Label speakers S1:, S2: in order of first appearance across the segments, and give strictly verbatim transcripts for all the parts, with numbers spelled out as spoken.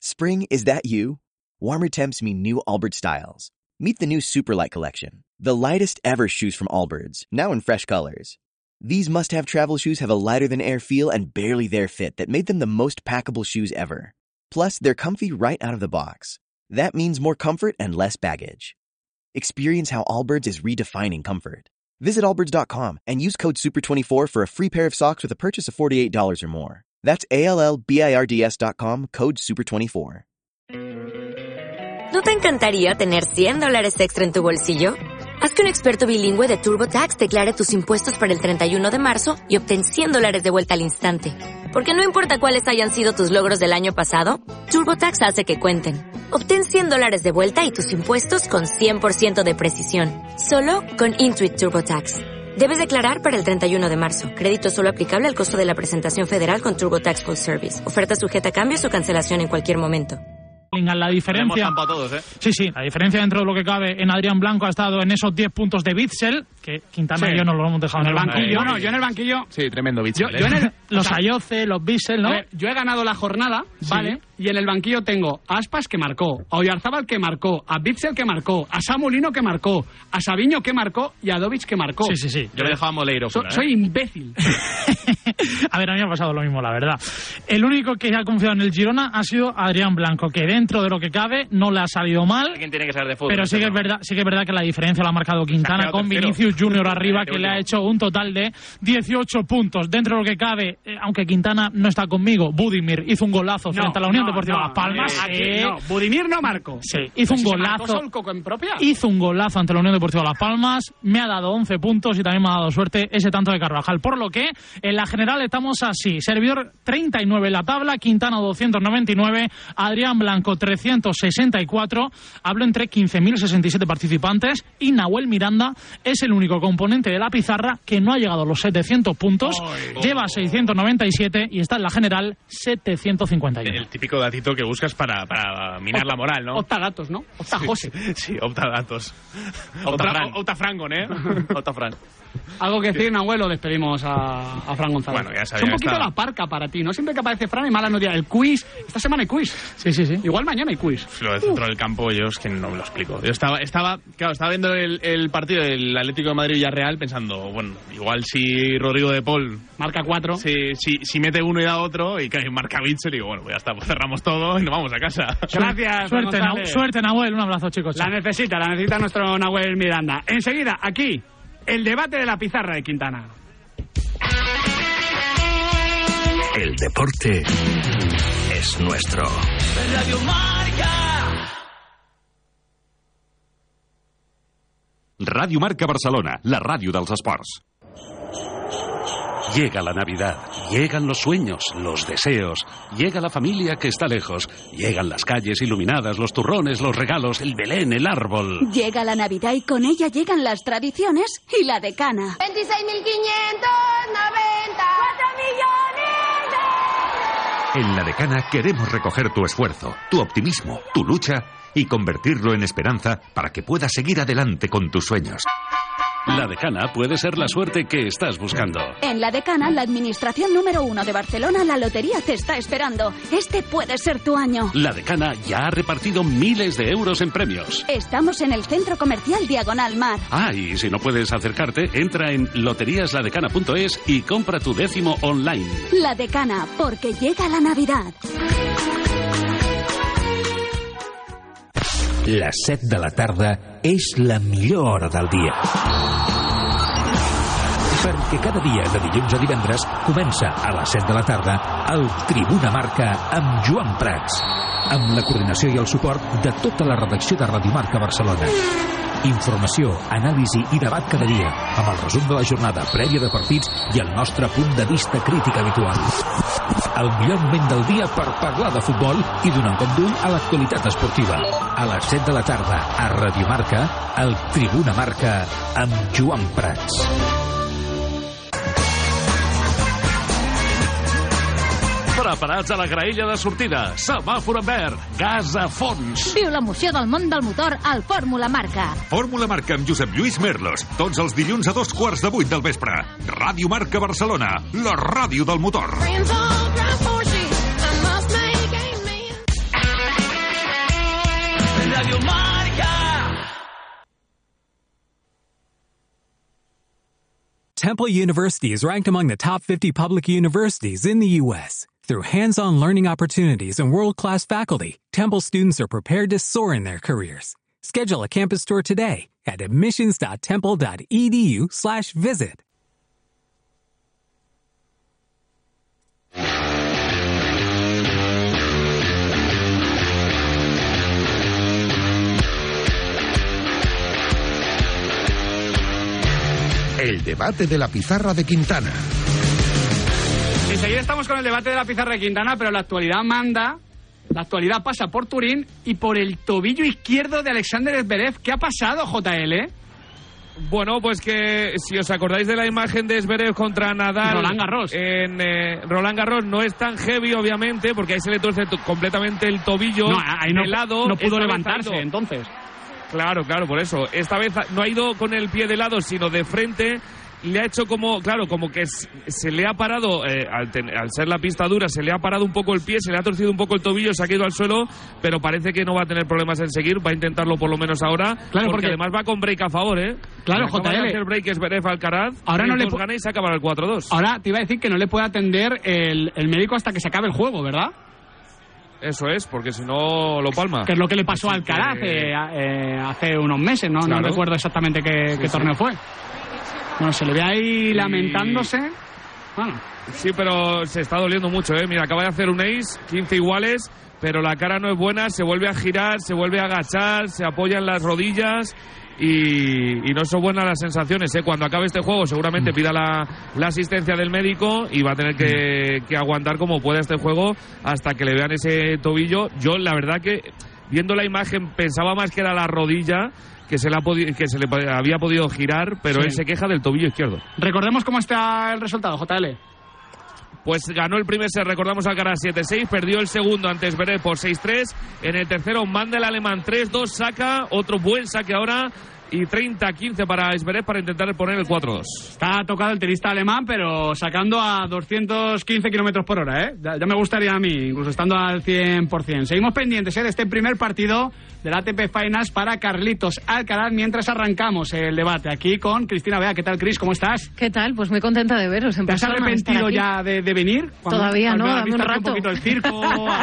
S1: Spring, is that you? Warmer temps mean new Allbirds styles. Meet the new Superlight collection, the lightest ever shoes from Allbirds, now in fresh colors. These must-have travel shoes have a lighter-than-air feel and barely-there fit that made them the most packable shoes ever. Plus, they're comfy right out of the box. That means more comfort and less baggage. Experience how Allbirds is redefining comfort. Visit allbirds dot com and use code super twenty-four for a free pair of socks with a purchase of forty-eight dollars or more. That's A L L B I R D S dot com, code super twenty-four.
S2: ¿No te encantaría tener cien dólares extra en tu bolsillo? Haz que un experto bilingüe de TurboTax declare tus impuestos para el treinta y uno de marzo y obtén cien dólares de vuelta al instante. Porque no importa cuáles hayan sido tus logros del año pasado, TurboTax hace que cuenten. Obtén cien dólares de vuelta y tus impuestos con cien por ciento de precisión. Solo con Intuit TurboTax. Debes declarar para el treinta y uno de marzo. Crédito solo aplicable al costo de la presentación federal con TurboTax Full Service. Oferta sujeta a cambios o cancelación en cualquier momento.
S3: La diferencia,
S4: todos, ¿eh?
S3: sí, sí, la diferencia dentro de lo que cabe en Adrián Blanco ha estado en esos diez puntos de Bitzel, que Quintana
S5: sí.
S3: y yo no lo hemos dejado en el banquillo.
S5: Yo no, yo en el banquillo.
S4: Sí, tremendo Bitzel.
S5: Yo, yo en el,
S3: los
S5: o sea,
S3: Ayoce, los Bitzel, ¿no?
S5: A ver, yo he ganado la jornada,
S3: sí.
S5: ¿vale? Y en el banquillo tengo a Aspas que marcó, a Oyarzábal que marcó, a Bitzel que marcó, a Samulino que marcó, a Sabiño que marcó y a Dovic que marcó.
S3: Sí, sí, sí.
S4: Yo le dejaba a Moleiro
S5: so,
S4: fuera, ¿eh?
S5: Soy imbécil.
S3: A ver, a mí me ha pasado lo mismo, la verdad. El único que ha confiado en el Girona ha sido Adrián Blanco, que dentro de lo que cabe no le ha salido mal.
S4: ¿Quién tiene que ser de fútbol?
S3: Pero sí que, es verdad, sí que es verdad que la diferencia la ha marcado Quintana con tercero. Vinicius Junior arriba, que le ha hecho un total de dieciocho puntos. Dentro de lo que cabe, eh, aunque Quintana no está conmigo, Budimir hizo un golazo
S5: no,
S3: frente a la Unión
S5: no,
S3: Deportiva
S5: no,
S3: Las Palmas.
S5: No,
S3: eh,
S5: no, Budimir no marcó.
S3: Sí, hizo un
S5: si
S3: golazo.
S5: El coco en propia.
S3: Hizo un golazo ante la Unión Deportiva Las Palmas. Me ha dado once puntos y también me ha dado suerte ese tanto de Carvajal. Por lo que en la general estamos así. Servidor treinta y nueve en la tabla, Quintana doscientos noventa y nueve, Adrián Blanco trescientos sesenta y cuatro. Hablo entre quince mil sesenta y siete participantes y Nahuel Miranda es el único componente de la pizarra que no ha llegado a los setecientos puntos. Oh, lleva seiscientos noventa y siete y está en la general setecientos cincuenta y uno.
S4: El típico datito que buscas para, para minar
S5: Opta,
S4: la moral, ¿no?
S5: Opta gatos, ¿no? Opta
S4: sí,
S5: José.
S4: Sí, sí, opta datos. Opta, Fran. Opta Frangon, ¿eh? Opta Fran.
S5: ¿Algo que decir, Nahuel, o despedimos a, a Fran González?
S4: Bueno, ya sabía.
S5: Es un poquito
S4: está...
S5: la parca para ti, ¿no? Siempre que aparece Fran hay malas noticias. El quiz, esta semana hay quiz.
S3: Sí, sí, sí.
S5: Igual mañana hay quiz.
S4: Lo del centro uh. del campo, yo es que no me lo explico. Yo estaba, estaba, claro, estaba viendo el, el partido del Atlético de Madrid y Villarreal pensando, bueno, igual si Rodrigo de Paul
S5: marca cuatro,
S4: si, si, si mete uno y da otro y que marca Bitzel, digo, bueno, pues ya está, pues cerramos todo y nos vamos a casa.
S5: Gracias.
S3: Suerte, na, suerte, Nahuel. Un abrazo, chicos.
S5: La necesita, la necesita nuestro Nahuel Miranda. Enseguida, aquí, el debate de la pizarra de Quintana.
S6: El deporte es nuestro.
S7: Radio Marca.
S8: Radio Marca Barcelona, la radio dels esports.
S6: Llega la Navidad, llegan los sueños, los deseos, llega la familia que está lejos, llegan las calles iluminadas, los turrones, los regalos, el Belén, el árbol.
S9: Llega la Navidad y con ella llegan las tradiciones y la decana.
S10: veintiséis mil quinientos noventa. ¡cuatro millones!
S8: En la decana queremos recoger tu esfuerzo, tu optimismo, tu lucha y convertirlo en esperanza para que puedas seguir adelante con tus sueños.
S6: La decana puede ser la suerte que estás buscando.
S9: En la decana, la administración número uno de Barcelona, la lotería te está esperando. Este puede ser tu año.
S6: La decana ya ha repartido miles de euros en premios.
S9: Estamos en el centro comercial Diagonal Mar.
S6: Ah, y si no puedes acercarte, entra en loterías la decana punto es y compra tu décimo online.
S9: La decana, porque llega la Navidad.
S11: Les set de la tarda és la millor hora del dia. Perquè cada dia, de dilluns a divendres, comença a les set de la tarda el Tribuna Marca amb Joan Prats, amb la coordinació i el suport de tota la redacció de Radio Marca Barcelona. Informació, anàlisi i debat cada dia, amb el resum de la jornada prèvia de partits i el nostre punt de vista crític habitual. El millor moment del dia per parlar de futbol i donar un cop d'ull a l'actualitat esportiva. A les set de la tarda, a Radio Marca, el Tribuna Marca amb Joan Prats.
S6: Preparats a la graella de sortida. Semàfor en verd. Gas a fons.
S12: Viu l'emoció del món del motor al Fórmula Marca.
S8: Fórmula Marca amb Josep Lluís Merlos. Tots els dilluns a dos quarts de vuit del vespre. Ràdio Marca Barcelona. La ràdio del motor.
S7: Radio Marca.
S13: Temple University is ranked among the top fifty public universities in the U S Through hands-on learning opportunities and world-class faculty, Temple students are prepared to soar in their careers. Schedule a campus tour today at admissions.temple.edu slash visit.
S14: El debate de la pizarra de Quintana.
S5: Enseguida estamos con el debate de la pizarra de Quintana, pero la actualidad manda, la actualidad pasa por Turín y por el tobillo izquierdo de Alexander Zverev. ¿Qué ha pasado, J L?
S15: Bueno, pues que si os acordáis de la imagen de Zverev contra Nadal
S5: Roland Garros
S15: en eh, Roland Garros, no es tan heavy obviamente, porque ahí se le torce completamente el tobillo.
S5: No, ahí no,
S15: de lado,
S5: no pudo
S15: esta
S5: levantarse
S15: vez ha ido,
S5: entonces.
S15: Claro, claro, por eso. Esta vez no ha ido con el pie de lado, sino de frente. Le ha hecho como, claro, como que se le ha parado, eh, al, ten, al ser la pista dura, se le ha parado un poco el pie, se le ha torcido un poco el tobillo, se ha caído al suelo, pero parece que no va a tener problemas en seguir, va a intentarlo por lo menos ahora,
S5: claro,
S15: porque,
S5: porque
S15: además va con break a favor, ¿eh?
S5: Claro, J L.
S15: El break es Zverev Alcaraz,
S5: ahora no le
S15: gana y se acaba el cuatro dos.
S5: Ahora te iba a decir que no le puede atender el, el médico hasta que se acabe el juego, ¿verdad?
S15: Eso es, porque si no lo palma.
S5: Que es lo que le pasó a Alcaraz que... eh, eh, hace unos meses, ¿no? Claro. No recuerdo exactamente qué,
S15: sí,
S5: qué
S15: sí.
S5: torneo fue. Bueno, se le ve ahí
S15: y...
S5: lamentándose. Bueno.
S15: Sí, pero se está doliendo mucho, ¿eh? Mira, acaba de hacer un ace, quince iguales, pero la cara no es buena, se vuelve a girar, se vuelve a agachar, se apoya en las rodillas y, y no son buenas las sensaciones, ¿eh? Cuando acabe este juego seguramente pida la, la asistencia del médico y va a tener que, que aguantar como pueda este juego hasta que le vean ese tobillo. Yo, la verdad que, viendo la imagen, pensaba más que era la rodilla, que se le, ha podi- que se le había podido girar, pero sí. Él se queja del tobillo izquierdo.
S5: Recordemos cómo está el resultado, J L.
S15: Pues ganó el primer set, recordamos, Alcaraz siete seis, perdió el segundo ante Zverev por seis tres, en el tercero manda el alemán tres dos, saca otro buen saque ahora y treinta quince para Zverev para intentar poner el cuatro dos.
S5: Está tocado el tenista alemán, pero sacando a doscientos quince kilómetros por hora, ¿eh? Ya, ya me gustaría a mí, incluso estando al cien por ciento. Seguimos pendientes, ¿eh?, de este primer partido del A T P Finals para Carlitos Alcaraz, mientras arrancamos el debate aquí con Cristina Bea. ¿Qué tal, Cris? ¿Cómo estás?
S16: ¿Qué tal? Pues muy contenta de veros. En
S5: ¿Te has arrepentido ya de, de venir?
S16: Todavía no, dame un rato.
S5: Un poquito el circo,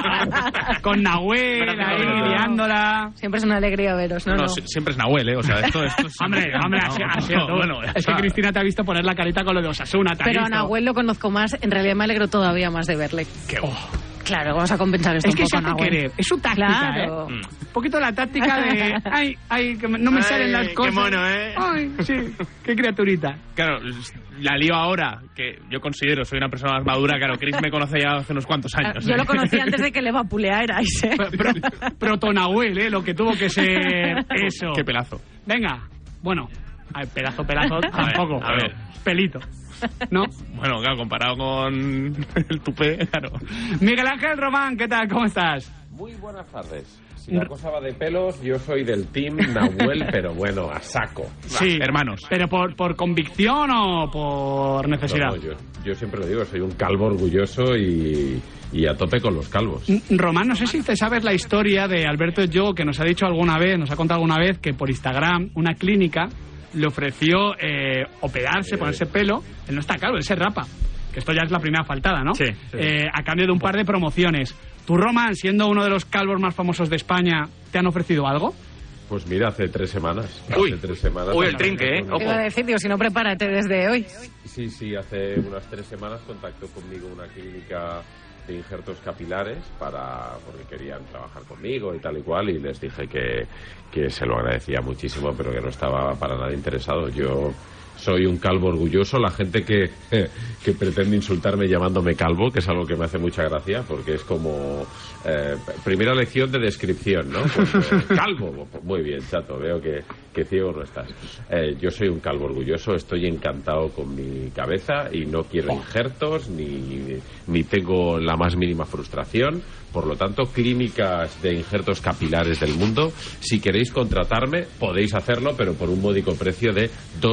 S5: con Nahuel, ahí liándola.
S16: Siempre es una alegría veros, ¿no?
S4: No,
S16: no.
S4: siempre es Nahuel, ¿eh? O sea, esto, esto es...
S5: Hombre, hombre, así, así no, bueno, es que Cristina te ha visto poner la carita con lo de Osasuna.
S16: Pero a Nahuel lo conozco más, en realidad me alegro todavía más de verle.
S5: Qué oh.
S16: Claro, vamos a compensar esto
S5: es que
S16: un poco,
S5: se hace
S16: Nahuel.
S5: querer, es su táctica,
S16: claro.
S5: ¿eh? Un poquito la táctica de, ay, ay, que no me ay, salen las cosas.
S4: Qué mono, ¿eh?
S5: Ay, sí, qué criaturita.
S4: Claro, la lío ahora, que yo considero, soy una persona más madura, claro, Chris me conoce ya hace unos cuantos años.
S16: Yo
S4: ¿eh?
S16: lo conocí antes de que le vapulearais, ¿eh?
S5: Pro, proto Nahuel, ¿eh? Lo que tuvo que ser eso.
S4: Qué pelazo.
S5: Venga, bueno, a ver, pedazo, pelazo, a tampoco.
S4: Ver, a ver.
S5: Pelito. ¿No?
S4: Bueno, claro, comparado con el tupé, claro.
S5: Miguel Ángel Román, ¿qué tal? ¿Cómo estás?
S17: Muy buenas tardes. Si la cosa va de pelos, yo soy del team Nahuel, pero bueno, a saco.
S5: Sí,
S4: va, hermanos.
S5: ¿Pero por, por convicción o por necesidad?
S17: No, no, yo, yo siempre lo digo, soy un calvo orgulloso y, y a tope con los calvos.
S5: Román, no sé si te sabes la historia de Alberto Yo, que nos ha dicho alguna vez, nos ha contado alguna vez que por Instagram una clínica le ofreció eh, operarse, eh. ponerse pelo. Él no está calvo, él se rapa. Que esto ya es la primera faltada, ¿no?
S4: Sí. sí.
S5: Eh, a cambio de un par de promociones. ¿Tú, Román, siendo uno de los calvos más famosos de España, te han ofrecido algo?
S17: Pues mira, hace tres semanas.
S4: Uy,
S17: hace tres semanas.
S4: Uy el trinque, ¿eh?
S16: Te iba a decir, digo, si no, prepárate desde hoy.
S17: Sí, sí, hace unas tres semanas contactó conmigo una clínica de injertos capilares para porque querían trabajar conmigo y tal y cual, y les dije que, que se lo agradecía muchísimo, pero que no estaba para nada interesado. Yo soy un calvo orgulloso. La gente que, eh, que pretende insultarme llamándome calvo, que es algo que me hace mucha gracia, porque es como eh, primera lección de descripción, ¿no? Pues, eh, calvo, muy bien, chato, veo que, que ciego no estás. Eh, yo soy un calvo orgulloso, estoy encantado con mi cabeza y no quiero injertos ni, ni tengo la más mínima frustración. Por lo tanto, clínicas de injertos capilares del mundo, si queréis contratarme, podéis hacerlo, pero por un módico precio de dos millones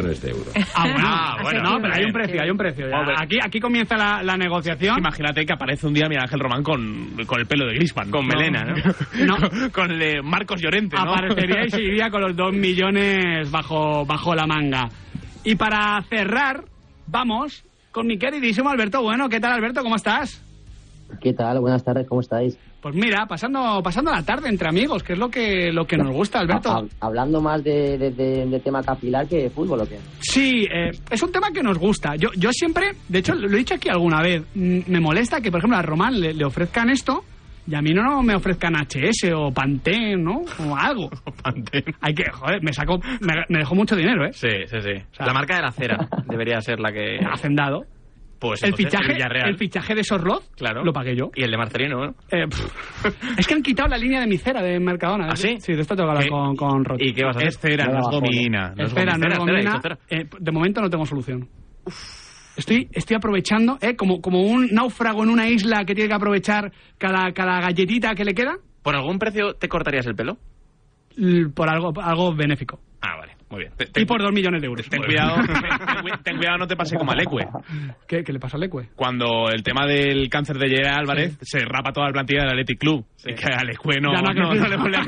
S17: millones de euros.
S5: Ah, bueno, ah, bueno no, pero hay un precio, hay un precio. Aquí, aquí comienza la, la negociación.
S4: Imagínate que aparece un día Miguel Ángel Román con, con el pelo de Griezmann.
S18: Con
S4: ¿no?
S18: melena, ¿no?
S5: no.
S4: con, con el de Marcos Llorente, ¿no?
S5: Aparecería y seguiría con los dos millones bajo, bajo la manga. Y para cerrar, vamos con mi queridísimo Alberto Bueno. ¿Qué tal, Alberto? ¿Cómo estás?
S19: ¿Qué tal? Buenas tardes, ¿cómo estáis?
S5: Pues mira, pasando pasando la tarde entre amigos, que es lo que lo que nos gusta, Alberto.
S19: Ha, hablando más de, de, de, de tema capilar que de fútbol, ¿o qué?
S5: Sí, eh, es un tema que nos gusta. Yo yo siempre, de hecho, lo he dicho aquí alguna vez, me molesta que, por ejemplo, a Román le, le ofrezcan esto y a mí no, no me ofrezcan H S o Pantene, ¿no? O algo.
S4: Pantene.
S5: Hay que, joder, me sacó, me, me dejó mucho dinero, ¿eh?
S18: Sí, sí, sí.
S5: O sea,
S18: la marca de la cera debería ser la que...
S5: Hacendado.
S18: Pues
S5: el
S18: entonces,
S5: fichaje, el, el fichaje de Sorloz,
S18: claro,
S5: lo pagué yo.
S18: Y el de Marcelino, ¿no?
S5: Eh, es que han quitado la línea de mi cera de Mercadona.
S18: ¿Ah, sí?
S5: Sí, de esto tengo que hablar con, con Rod.
S18: ¿Y qué vas a hacer?
S4: Es cera, no es gomina.
S5: No es cera, no es gomina. Eh, de momento no tengo solución. Estoy, estoy aprovechando, ¿eh? Como, como un náufrago en una isla que tiene que aprovechar cada, cada galletita que le queda.
S18: ¿Por algún precio te cortarías el pelo?
S5: L- por algo, algo benéfico.
S18: Ah, vale. Muy bien.
S5: Te, te, y por dos millones de euros.
S4: Ten cuidado, ten, ten cuidado, no te pase como a Leque.
S5: ¿Qué, ¿Qué le pasa a Leque?
S4: Cuando el tema del cáncer de Gerard Álvarez sí. se rapa toda la plantilla del Athletic Club. Sí. Que a Leque no, no, no, no le vuelve a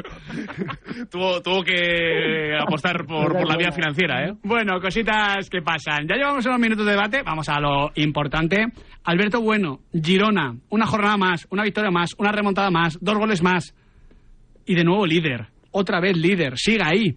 S4: crecer. tuvo, tuvo que apostar por, por la vía financiera, ¿eh?
S5: Bueno, cositas que pasan. Ya llevamos unos minutos de debate. Vamos a lo importante. Alberto Bueno, Girona, una jornada más, una victoria más, una remontada más, dos goles más. Y de nuevo líder. Otra vez líder. Siga ahí.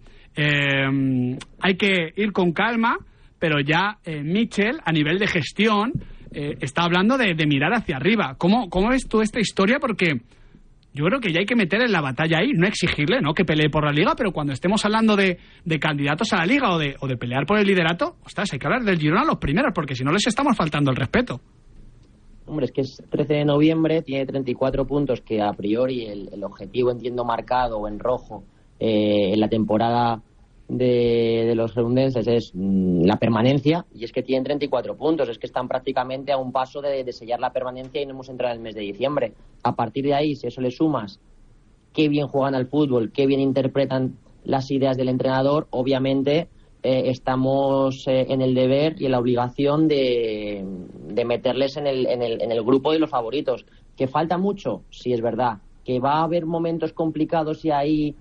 S5: Eh, hay que ir con calma, pero ya eh, Mitchell, a nivel de gestión, eh, está hablando de, de mirar hacia arriba. ¿Cómo, ¿Cómo ves tú esta historia? Porque yo creo que ya hay que meter en la batalla ahí, no exigirle, ¿no?, que pelee por la Liga, pero cuando estemos hablando de, de candidatos a la Liga o de, o de pelear por el liderato, ostras, hay que hablar del Girona los primeros, porque si no les estamos faltando el respeto.
S19: Hombre, es que es trece de noviembre, tiene treinta y cuatro puntos, que a priori el, el objetivo, entiendo, marcado o en rojo Eh, en la temporada de, de los redundenses es mm, la permanencia, y es que tienen treinta y cuatro puntos, es que están prácticamente a un paso de, de sellar la permanencia y no hemos entrado en el mes de diciembre. A partir de ahí, si eso le sumas qué bien juegan al fútbol, qué bien interpretan las ideas del entrenador, obviamente eh, estamos eh, en el deber y en la obligación de, de meterles en el, en, el, en el grupo de los favoritos. ¿Que falta mucho? Sí, es verdad. ¿Que va a haber momentos complicados y ahí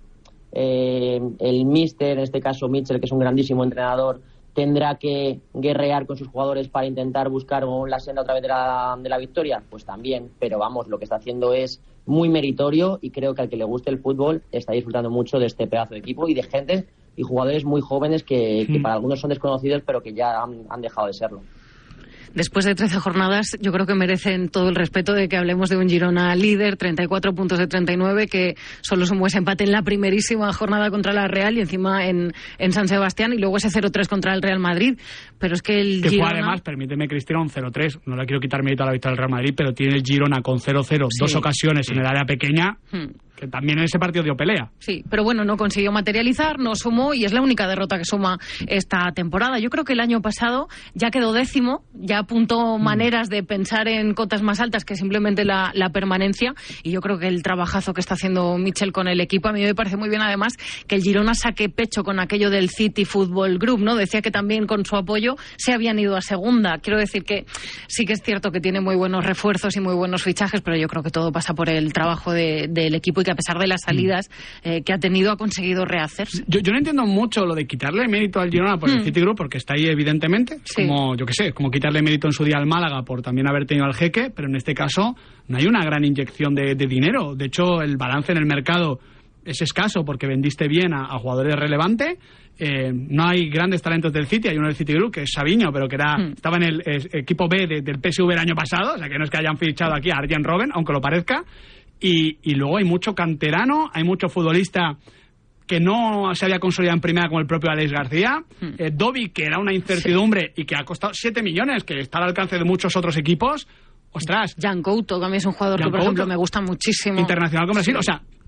S19: Eh, el míster, en este caso Mitchell, que es un grandísimo entrenador, tendrá que guerrear con sus jugadores para intentar buscar la senda otra vez de la, de la victoria? Pues también, pero vamos, lo que está haciendo es muy meritorio y creo que al que le guste el fútbol está disfrutando mucho de este pedazo de equipo y de gente y jugadores muy jóvenes que, que para algunos son desconocidos pero que ya han, han dejado de serlo.
S16: Después de trece jornadas, yo creo que merecen todo el respeto de que hablemos de un Girona líder, treinta y cuatro puntos de treinta y nueve, que solo sumó ese empate en la primerísima jornada contra la Real y encima en, en San Sebastián, y luego ese cero tres contra el Real Madrid. Pero es que el
S5: que
S16: Girona...
S5: fue además, permíteme, Cristina, un cero tres. No le quiero quitar mérito a la victoria del Real Madrid, pero tiene el Girona con cero cero, sí, dos ocasiones sí. en el área pequeña... Hmm. que también en ese partido dio pelea.
S16: Sí, pero bueno, no consiguió materializar, no sumó y es la única derrota que suma esta temporada. Yo creo que el año pasado ya quedó décimo, ya apuntó mm. maneras de pensar en cotas más altas que simplemente la, la permanencia, y yo creo que el trabajazo que está haciendo Mitchell con el equipo, a mí me parece muy bien además que el Girona saque pecho con aquello del City Football Group, ¿no? Decía que también con su apoyo se habían ido a segunda. Quiero decir que sí que es cierto que tiene muy buenos refuerzos y muy buenos fichajes, pero yo creo que todo pasa por el trabajo de, del equipo y que a pesar de las salidas eh, que ha tenido, ha conseguido rehacerse.
S5: Yo, yo no entiendo mucho lo de quitarle mérito al Girona por mm. el City Group, porque está ahí evidentemente,
S16: sí.
S5: como, yo qué sé, como quitarle mérito en su día al Málaga por también haber tenido al Jeque, pero en este caso no hay una gran inyección de, de dinero. De hecho, el balance en el mercado es escaso porque vendiste bien a, a jugadores relevantes. Eh, no hay grandes talentos del City, hay uno del City Group que es Savinho, pero que era mm. estaba en el eh, equipo B de, del P S V el año pasado, o sea que no es que hayan fichado aquí a Arjen Robben, aunque lo parezca. Y, y luego hay mucho canterano, hay mucho futbolista que no se había consolidado en primera, como el propio Alex García, hmm. eh, Dobby, que era una incertidumbre sí. y que ha costado siete millones, que está al alcance de muchos otros equipos. Ostras.
S16: Jan Couto también es un jugador Jan que, por Couto, ejemplo, me gusta muchísimo.
S5: Internacional con Brasil. Sí. O sea,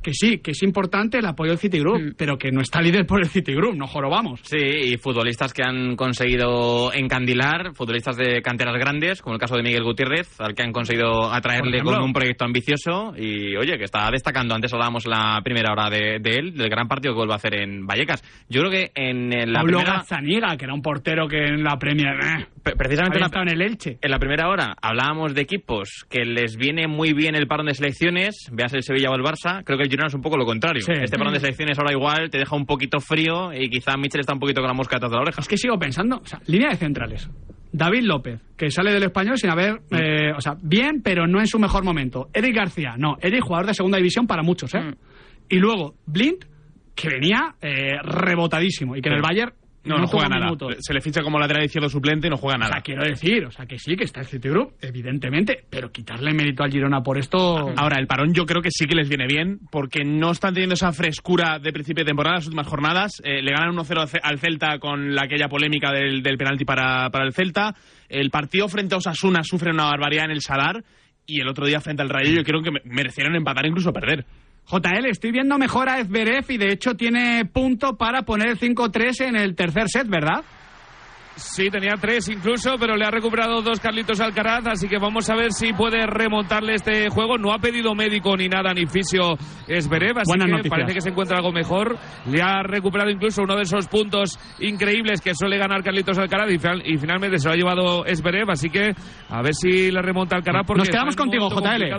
S5: que sí, que es importante el apoyo del Citigroup, mm. pero que no está líder por el Citigroup, no jorobamos.
S18: Sí, y futbolistas que han conseguido encandilar, futbolistas de canteras grandes, como el caso de Miguel Gutiérrez, al que han conseguido atraerle con un proyecto ambicioso y, oye, que está destacando. Antes hablábamos la primera hora de, de él, del gran partido que vuelve a hacer en Vallecas. Yo creo que en la
S5: Pablo
S18: primera...
S5: Gazzaniga, que era un portero que en la Premier... Eh,
S18: precisamente
S5: en, la... en el Elche.
S18: En la primera hora hablábamos de equipos que les viene muy bien el parón de selecciones, veas el Sevilla o el Barça. Creo que el Girona es un poco lo contrario. Sí. Este parón de selecciones ahora igual te deja un poquito frío y quizá Michel está un poquito con la mosca detrás de la oreja.
S5: Es que sigo pensando, o sea, línea de centrales. David López, que sale del Español sin haber, mm. eh, o sea, bien, pero no en su mejor momento. Eric García, no, Eric jugador de segunda división para muchos, ¿eh? Mm. Y luego Blind, que venía eh, rebotadísimo y que sí. en el Bayern
S4: no, no, no juega nada. Minutos. Se le ficha como lateral izquierdo suplente y no juega nada.
S5: O sea, quiero decir, o sea, que sí, que está el Citigroup, evidentemente, pero quitarle mérito al Girona por esto...
S4: Ahora, el parón yo creo que sí que les viene bien, porque no están teniendo esa frescura de principio de temporada, las últimas jornadas. Eh, le ganan uno cero al Celta con la, aquella polémica del, del penalti para, para el Celta. El partido frente a Osasuna sufre una barbaridad en el Sadar, y el otro día frente al Rayo yo creo que merecieron empatar, incluso perder.
S5: J L, estoy viendo mejor a Zverev y de hecho tiene punto para poner el cinco tres en el tercer set, ¿verdad?
S15: Sí, tenía tres incluso, pero le ha recuperado dos Carlitos Alcaraz, así que vamos a ver si puede remontarle este juego. No ha pedido médico ni nada, ni fisio Zverev, así Buenas que noticias. Parece que se encuentra algo mejor. Le ha recuperado incluso uno de esos puntos increíbles que suele ganar Carlitos Alcaraz y, final, y finalmente se lo ha llevado Zverev, así que a ver si le remonta Alcaraz. Porque
S5: nos quedamos contigo, J L.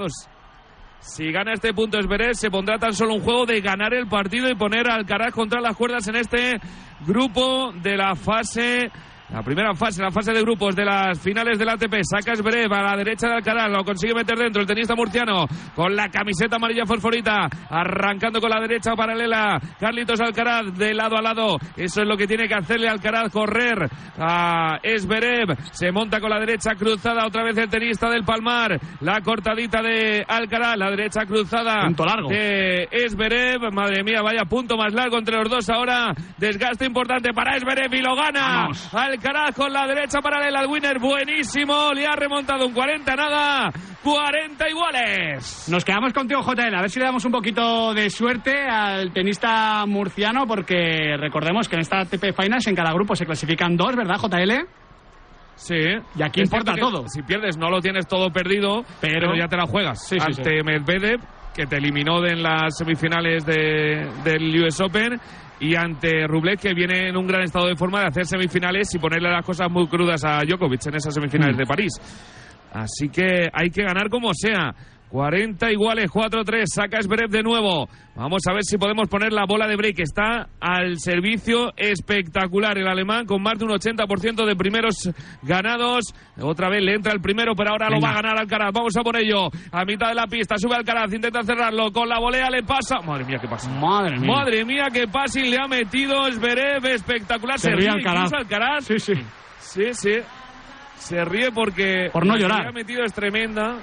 S15: Si gana este punto Zverev, se pondrá tan solo un juego de ganar el partido y poner a Alcaraz contra las cuerdas en este grupo de la fase... La primera fase, la fase de grupos de las finales del A T P. Saca Zverev a la derecha de Alcaraz, lo consigue meter dentro el tenista murciano con la camiseta amarilla fosforita, arrancando con la derecha paralela Carlitos Alcaraz de lado a lado. Eso es lo que tiene que hacerle Alcaraz, correr a Zverev. Se monta con la derecha cruzada otra vez el tenista del Palmar, la cortadita de Alcaraz, la derecha cruzada
S5: punto largo
S15: de Zverev. Madre mía, vaya punto más largo entre los dos ahora. Desgaste importante para Zverev y lo gana. Vamos. Alcaraz con la derecha paralela al winner, buenísimo, le ha remontado un cuarenta nada, cuarenta iguales.
S5: Nos quedamos contigo, J L, a ver si le damos un poquito de suerte al tenista murciano, porque recordemos que en esta A T P Finals en cada grupo se clasifican dos, ¿verdad, J L?
S15: Sí.
S5: Y aquí es importa todo.
S15: Si pierdes no lo tienes todo perdido, pero, pero ya te la juegas sí, ante sí, sí. Medvedev, que te eliminó de en las semifinales de, del U S Open, y ante Rublev, que viene en un gran estado de forma de hacer semifinales y ponerle las cosas muy crudas a Djokovic en esas semifinales mm. de París. Así que hay que ganar como sea. cuarenta iguales, cuatro tres, saca Zverev de nuevo. Vamos a ver si podemos poner la bola de break. Está al servicio espectacular el alemán, con más de un ochenta por ciento de primeros ganados. Otra vez le entra el primero, pero ahora Venga. Lo va a ganar Alcaraz. Vamos a por ello. A mitad de la pista, sube Alcaraz, intenta cerrarlo. Con la volea le pasa. Madre mía, qué pasa.
S5: Madre mía.
S15: Madre mía, qué pasa. Y le ha metido Zverev, espectacular.
S5: Se, Se ríe Alcaraz.
S15: Alcaraz.
S5: Sí, sí.
S15: Sí, sí. Se ríe porque...
S5: Por no llorar.
S15: Le ha metido es tremenda.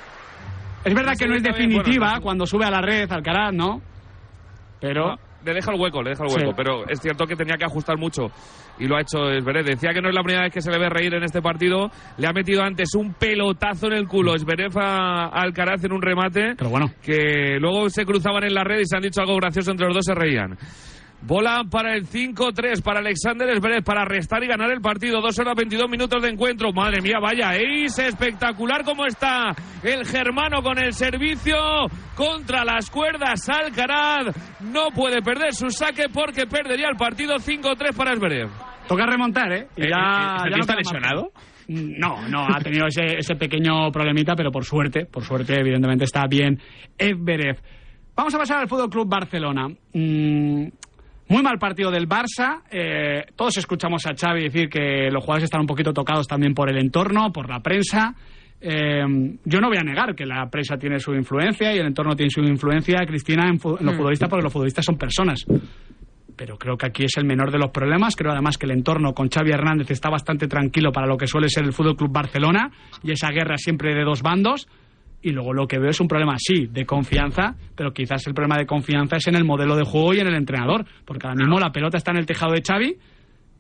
S5: Es verdad que no es definitiva bueno, cuando sube a la red Alcaraz, ¿no? Pero...
S15: No, le deja el hueco, le deja el hueco. Sí. Pero es cierto que tenía que ajustar mucho. Y lo ha hecho Zverev. Decía que no es la primera vez que se le ve reír en este partido. Le ha metido antes un pelotazo en el culo Zverev a Alcaraz en un remate.
S5: Pero bueno.
S15: Que luego se cruzaban en la red y se han dicho algo gracioso entre los dos, se reían. Bola para el cinco tres, para Alexander Zverev, para restar y ganar el partido. dos horas veintidós minutos de encuentro. Madre mía, vaya ace espectacular como está el germano con el servicio contra las cuerdas. Alcaraz no puede perder su saque porque perdería el partido. Cinco tres para Zverev.
S5: Toca remontar, ¿eh?
S4: Y ya, ¿El ya no está lesionado?
S5: No, no, ha tenido ese, ese pequeño problemita, pero por suerte, por suerte, evidentemente está bien Zverev. Vamos a pasar al Fútbol Club Barcelona. Mm, Muy mal partido del Barça. Eh, todos escuchamos a Xavi decir que los jugadores están un poquito tocados también por el entorno, por la prensa. Eh, yo no voy a negar que la prensa tiene su influencia y el entorno tiene su influencia, Cristina, en, en los futbolistas, porque los futbolistas son personas. Pero creo que aquí es el menor de los problemas. Creo además que el entorno con Xavi Hernández está bastante tranquilo para lo que suele ser el Fútbol Club Barcelona y esa guerra siempre de dos bandos. Y luego lo que veo es un problema, sí, de confianza, pero quizás el problema de confianza es en el modelo de juego y en el entrenador, porque ahora mismo la pelota está en el tejado de Xavi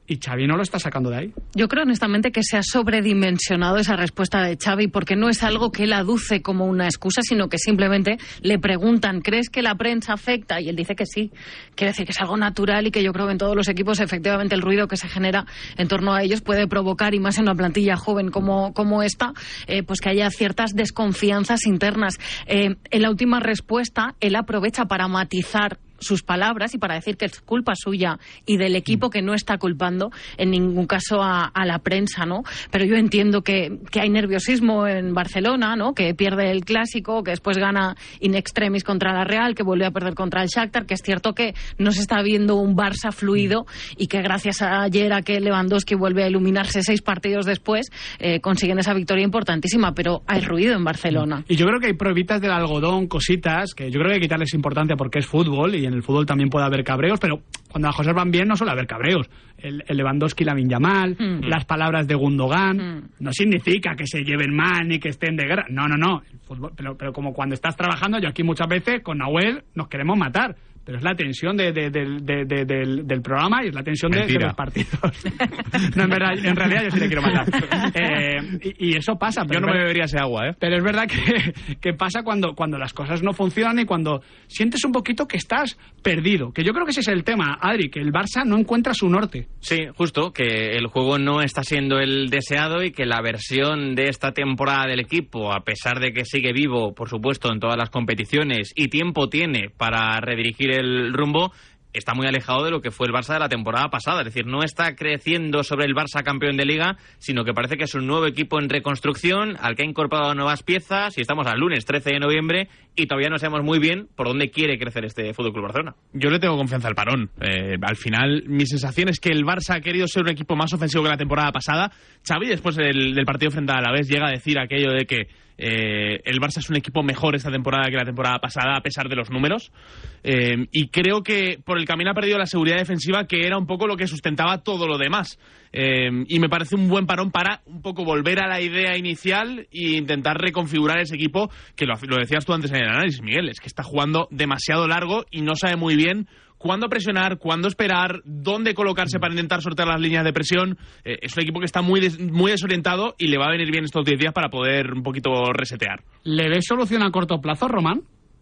S5: y Xavi no lo está sacando de ahí.
S16: Yo creo honestamente que se ha sobredimensionado esa respuesta de Xavi, porque no es algo que él aduce como una excusa, sino que simplemente le preguntan, ¿crees que la prensa afecta? Y él dice que sí. Quiere decir que es algo natural y que yo creo que en todos los equipos efectivamente el ruido que se genera en torno a ellos puede provocar, y más en una plantilla joven como, como esta, eh, pues que haya ciertas desconfianzas internas. Eh, en la última respuesta, él aprovecha para matizar sus palabras y para decir que es culpa suya y del equipo, que no está culpando en ningún caso a, a la prensa, ¿no? Pero yo entiendo que, que hay nerviosismo en Barcelona, ¿no? Que pierde el Clásico, que después gana in extremis contra la Real, que vuelve a perder contra el Shakhtar, que es cierto que no se está viendo un Barça fluido y que gracias a ayer a que Lewandowski vuelve a iluminarse seis partidos después, eh, consiguen esa victoria importantísima, pero hay ruido en Barcelona.
S5: Y yo creo que hay pruebitas del algodón, cositas, que yo creo que hay que quitarles importancia porque es fútbol y en el fútbol también puede haber cabreos, pero cuando las cosas van bien no suele haber cabreos. El, el Lewandowski, Lamine Yamal, mm. las palabras de Gundogan, mm. no significa que se lleven mal ni que estén de guerra. No, no, no. El fútbol, pero, pero como cuando estás trabajando, yo aquí muchas veces con Nahuel nos queremos matar. Pero es la tensión de, de, de, de, de, del, del programa y es la tensión de, de los partidos. No, en, verdad, en realidad yo sí le quiero matar. Eh, y, y eso pasa.
S4: Yo no me bebería ese agua, ¿eh?
S5: Pero es verdad que, que pasa cuando, cuando las cosas no funcionan y cuando sientes un poquito que estás perdido. Que yo creo que ese es el tema, Adri, que el Barça no encuentra su norte.
S18: Sí, justo, que el juego no está siendo el deseado y que la versión de esta temporada del equipo, a pesar de que sigue vivo, por supuesto, en todas las competiciones y tiempo tiene para redirigir el rumbo, está muy alejado de lo que fue el Barça de la temporada pasada. Es decir, no está creciendo sobre el Barça campeón de Liga, sino que parece que es un nuevo equipo en reconstrucción al que ha incorporado nuevas piezas, y estamos al lunes trece de noviembre y todavía no sabemos muy bien por dónde quiere crecer este F C Barcelona.
S4: Yo le tengo confianza al Parón. Eh, al final, mi sensación es que el Barça ha querido ser un equipo más ofensivo que la temporada pasada. Xavi, después del, del partido frente a Alavés, llega a decir aquello de que Eh, el Barça es un equipo mejor esta temporada que la temporada pasada, a pesar de los números, eh, y creo que por el camino ha perdido la seguridad defensiva, que era un poco lo que sustentaba todo lo demás, eh, y me parece un buen parón para un poco volver a la idea inicial e intentar reconfigurar ese equipo, que lo, lo decías tú antes en el análisis, Miguel, es que está jugando demasiado largo y no sabe muy bien cuándo presionar, cuándo esperar, dónde colocarse para intentar sortear las líneas de presión. Eh, es un equipo que está muy des, muy desorientado y le va a venir bien estos diez días para poder un poquito resetear.
S5: ¿Le ves solución a corto plazo, Román?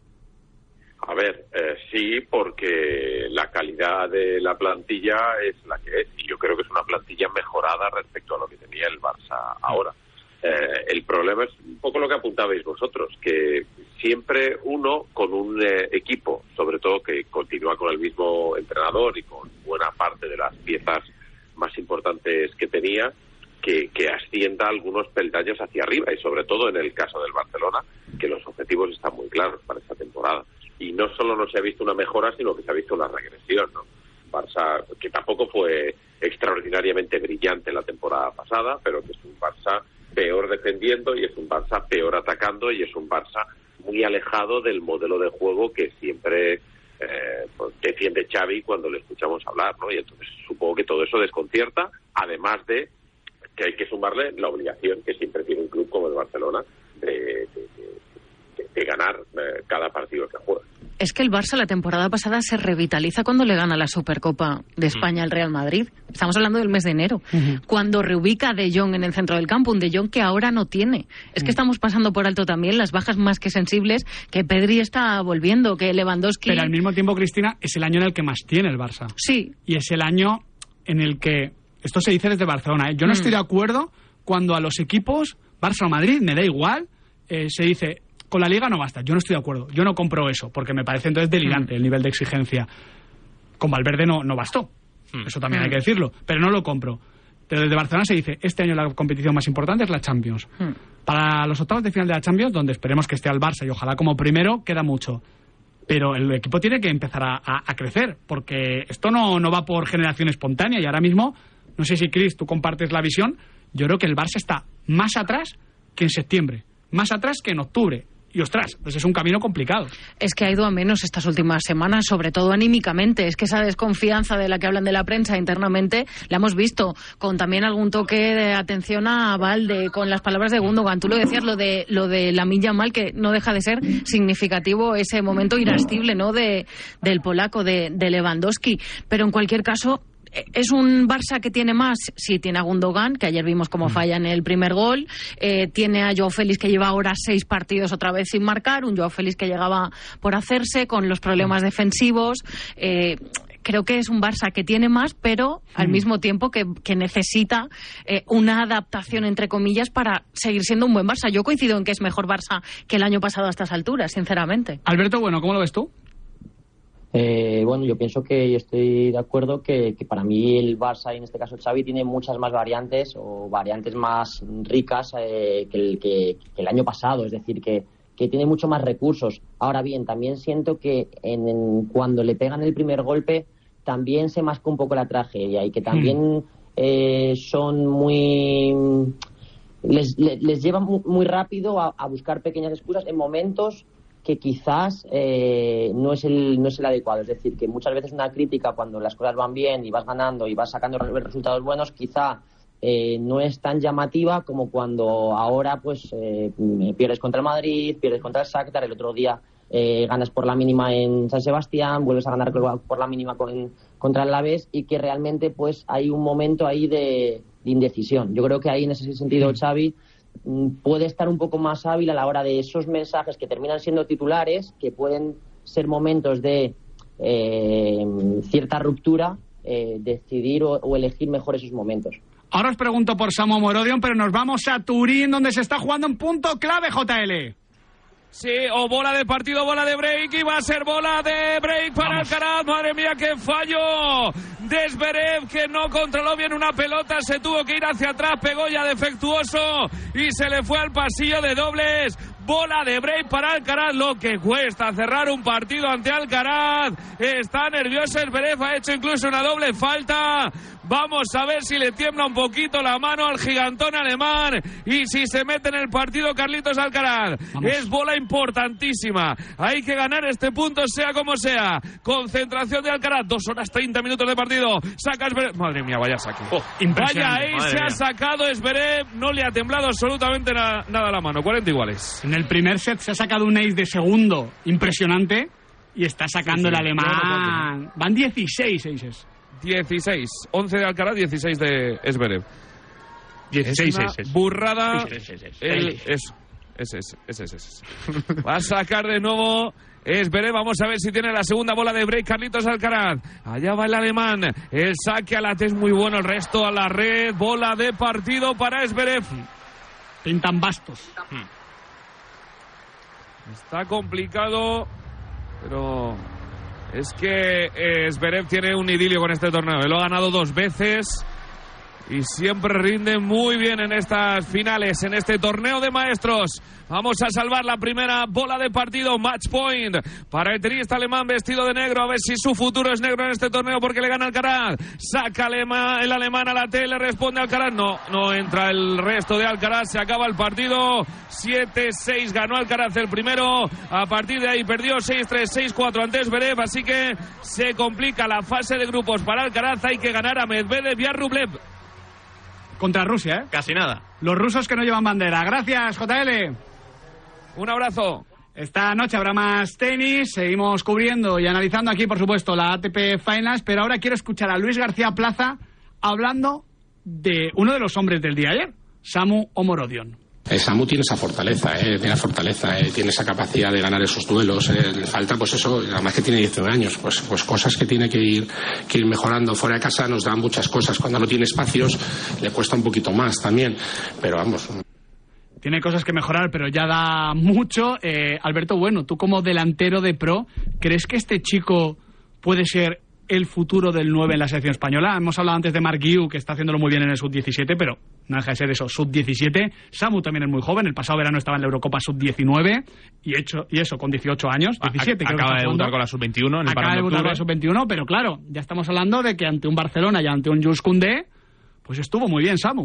S17: A ver, eh, sí, porque la calidad de la plantilla es la que es, y yo creo que es una plantilla mejorada respecto a lo que tenía el Barça ahora. Eh, el problema es un poco lo que apuntabais vosotros, que siempre uno con un eh, equipo, sobre todo que continúa con el mismo entrenador y con buena parte de las piezas más importantes que tenía, que, que ascienda algunos peldaños hacia arriba, y sobre todo en el caso del Barcelona, que los objetivos están muy claros para esta temporada. Y no solo no se ha visto una mejora, sino que se ha visto una regresión, ¿no? Barça, que tampoco fue extraordinariamente brillante la temporada pasada, pero que es un Barça peor defendiendo y es un Barça peor atacando y es un Barça muy alejado del modelo de juego que siempre eh, pues, defiende Xavi cuando le escuchamos hablar, ¿no? Y entonces supongo que todo eso desconcierta, además de que hay que sumarle la obligación que siempre tiene un club como el Barcelona de, de, de, de ganar eh, cada partido que juega.
S16: Es que el Barça la temporada pasada se revitaliza cuando le gana la Supercopa de España al Real Madrid. Estamos hablando del mes de enero. Uh-huh. Cuando reubica a De Jong en el centro del campo, un De Jong que ahora no tiene. Es que estamos pasando por alto también las bajas más que sensibles, que Pedri está volviendo, que Lewandowski...
S5: Pero al mismo tiempo, Cristina, es el año en el que más tiene el Barça.
S16: Sí.
S5: Y es el año en el que... Esto se dice desde Barcelona, ¿eh? Yo no mm. estoy de acuerdo cuando a los equipos, Barça o Madrid, me da igual, eh, se dice... Con la Liga no basta, yo no estoy de acuerdo, yo no compro eso, porque me parece entonces delirante mm. el nivel de exigencia. Con Valverde no, no bastó, mm. eso también mm. hay que decirlo, pero no lo compro. Pero desde Barcelona se dice, este año la competición más importante es la Champions. Mm. Para los octavos de final de la Champions, donde esperemos que esté al Barça y ojalá como primero, queda mucho. Pero el equipo tiene que empezar a, a, a crecer, porque esto no, no va por generación espontánea, y ahora mismo, no sé si Chris, tú compartes la visión, yo creo que el Barça está más atrás que en septiembre, más atrás que en octubre. Y ostras, pues es un camino complicado.
S16: Es que ha ido a menos estas últimas semanas, sobre todo anímicamente. Es que esa desconfianza de la que hablan de la prensa internamente la hemos visto, con también algún toque de atención a Valde, con las palabras de Gundogan. Tú lo decías, lo de lo de Lamine Yamal, que no deja de ser significativo ese momento irascible, ¿no? De, del polaco, de, de Lewandowski. Pero en cualquier caso, ¿Es un Barça que tiene más? Sí, tiene a Gundogan, que ayer vimos cómo falla en el primer gol. Eh, tiene a Joao Félix, que lleva ahora seis partidos otra vez sin marcar. Un Joao Félix que llegaba por hacerse, con los problemas defensivos. Eh, creo que es un Barça que tiene más, pero al mismo tiempo que, que necesita eh, una adaptación, entre comillas, para seguir siendo un buen Barça. Yo coincido en que es mejor Barça que el año pasado a estas alturas, sinceramente.
S5: Alberto, bueno, ¿cómo lo ves tú?
S19: Eh, bueno, yo pienso que yo estoy de acuerdo que, que para mí el Barça, y en este caso Xavi, tiene muchas más variantes o variantes más ricas eh, que, el, que, que el año pasado, es decir, que, que tiene mucho más recursos. Ahora bien, también siento que en, en, cuando le pegan el primer golpe también se masca un poco la tragedia y que también mm. eh, son muy... Les, les, les lleva muy, muy rápido a, a buscar pequeñas excusas en momentos que quizás eh, no es el no es el adecuado. Es decir, que muchas veces una crítica cuando las cosas van bien y vas ganando y vas sacando resultados buenos, quizá eh, no es tan llamativa como cuando ahora pues eh, pierdes contra el Madrid, pierdes contra el Shakhtar, el otro día eh, ganas por la mínima en San Sebastián, vuelves a ganar por la mínima con, contra el Alavés, y que realmente pues hay un momento ahí de, de indecisión. Yo creo que ahí en ese sentido Xavi puede estar un poco más hábil a la hora de esos mensajes que terminan siendo titulares, que pueden ser momentos de eh, cierta ruptura, eh, decidir o, o elegir mejor esos momentos.
S5: Ahora os pregunto por Samu Omorodion, pero nos vamos a Turín, donde se está jugando un punto clave, J L.
S15: Sí, o bola de partido, bola de break, y va a ser bola de break para Vamos. Alcaraz. Madre mía, qué fallo de Zverev, que no controló bien una pelota, se tuvo que ir hacia atrás, pegó ya defectuoso y se le fue al pasillo de dobles. Bola de break para Alcaraz, lo que cuesta cerrar un partido ante Alcaraz. Está nervioso Zverev, ha hecho incluso una doble falta. Vamos a ver si le tiembla un poquito la mano al gigantón alemán y si se mete en el partido Carlitos Alcaraz. Vamos. Es bola importantísima. Hay que ganar este punto sea como sea. Concentración de Alcaraz. Dos horas treinta minutos de partido. Saca Zverev. Madre mía, vaya saque. Oh, vaya ahí, se mía. ha sacado Zverev. No le ha temblado absolutamente na- nada la mano. cuarenta iguales.
S5: En el primer set se ha sacado un ace de segundo impresionante y está sacando sí, sí, el alemán. No, van dieciséis aces.
S15: dieciséis. once de Alcaraz, dieciséis de Zverev.
S4: dieciséis
S15: es una burrada. El, eso. Ese es, ese es, ese es. Va a sacar de nuevo Zverev. Vamos a ver si tiene la segunda bola de break Carlitos Alcaraz. Allá va el alemán. El saque a la T es muy bueno. El resto a la red. Bola de partido para Zverev.
S5: Pintan bastos.
S15: Está complicado, pero es que eh, Zverev tiene un idilio con este torneo. Lo ha ganado dos veces y siempre rinde muy bien en estas finales, en este torneo de maestros. Vamos a salvar la primera bola de partido, match point para el tenista alemán vestido de negro, a ver si su futuro es negro en este torneo porque le gana Alcaraz. Saca el alemán a la T, le responde Alcaraz, no, no entra el resto de Alcaraz, se acaba el partido, siete seis ganó Alcaraz el primero, a partir de ahí perdió seis tres, seis cuatro ante Zverev, así que se complica la fase de grupos para Alcaraz, hay que ganar a Medvedev y a Rublev.
S5: Contra Rusia, ¿eh?
S18: Casi nada.
S5: Los rusos que no llevan bandera. Gracias, J L.
S15: Un abrazo.
S5: Esta noche habrá más tenis. Seguimos cubriendo y analizando aquí, por supuesto, la A T P Finals. Pero ahora quiero escuchar a Luis García Plaza hablando de uno de los hombres del día ayer, Samu Omorodion.
S20: Eh, Samu tiene esa fortaleza, eh, tiene fortaleza, eh, tiene esa capacidad de ganar esos duelos. Eh, le falta, pues eso, además que tiene diecinueve años, pues, pues cosas que tiene que ir, que ir mejorando. Fuera de casa nos dan muchas cosas. Cuando no tiene espacios le cuesta un poquito más también. Pero vamos.
S5: Tiene cosas que mejorar, pero ya da mucho. Eh, Alberto, bueno, tú como delantero de pro, ¿crees que este chico puede ser el futuro del nueve en la selección española? Hemos hablado antes de Marc Guiu, que está haciéndolo muy bien en el sub diecisiete, pero no deja de ser eso, sub diecisiete. Samu también es muy joven, el pasado verano estaba en la Eurocopa sub diecinueve y, hecho, y eso con dieciocho años, diecisiete.
S4: Acaba
S5: creo que
S4: de debutar con la sub veintiuno en el
S5: Acaba de debutar con la sub veintiuno, pero claro, ya estamos hablando de que ante un Barcelona y ante un Jules Koundé, pues estuvo muy bien Samu.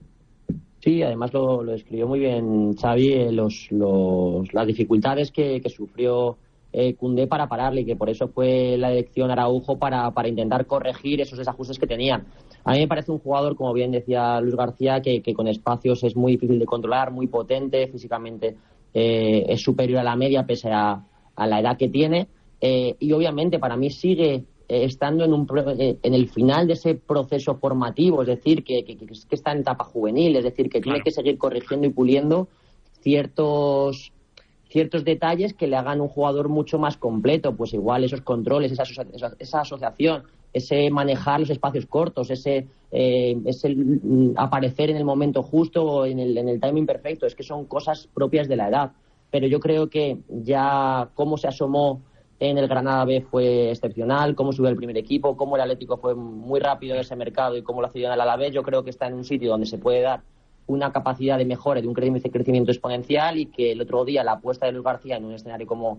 S19: Sí, además lo, lo describió muy bien Xavi, eh, los, los, las dificultades que, que sufrió eh, Koundé para pararle, y que por eso fue la elección Araujo para, para intentar corregir esos desajustes que tenían. A mí me parece un jugador, como bien decía Luis García, que, que con espacios es muy difícil de controlar, muy potente, físicamente eh, es superior a la media pese a, a la edad que tiene, eh, y obviamente para mí sigue eh, estando en, un, eh, en el final de ese proceso formativo, es decir, que, que, que está en etapa juvenil, es decir, que claro. tiene que seguir corrigiendo y puliendo ciertos ciertos detalles que le hagan un jugador mucho más completo, pues igual esos controles, esa, esa, esa asociación, ese manejar los espacios cortos, ese, eh, ese mm, aparecer en el momento justo o en el, en el timing perfecto, es que son cosas propias de la edad. Pero yo creo que ya cómo se asomó en el Granada B fue excepcional, cómo subió el primer equipo, cómo el Atlético fue muy rápido en ese mercado y cómo lo ha cedido en el Alavés, yo creo que está en un sitio donde se puede dar una capacidad de mejora, de un crecimiento exponencial, y que el otro día la apuesta de Luis García en un escenario como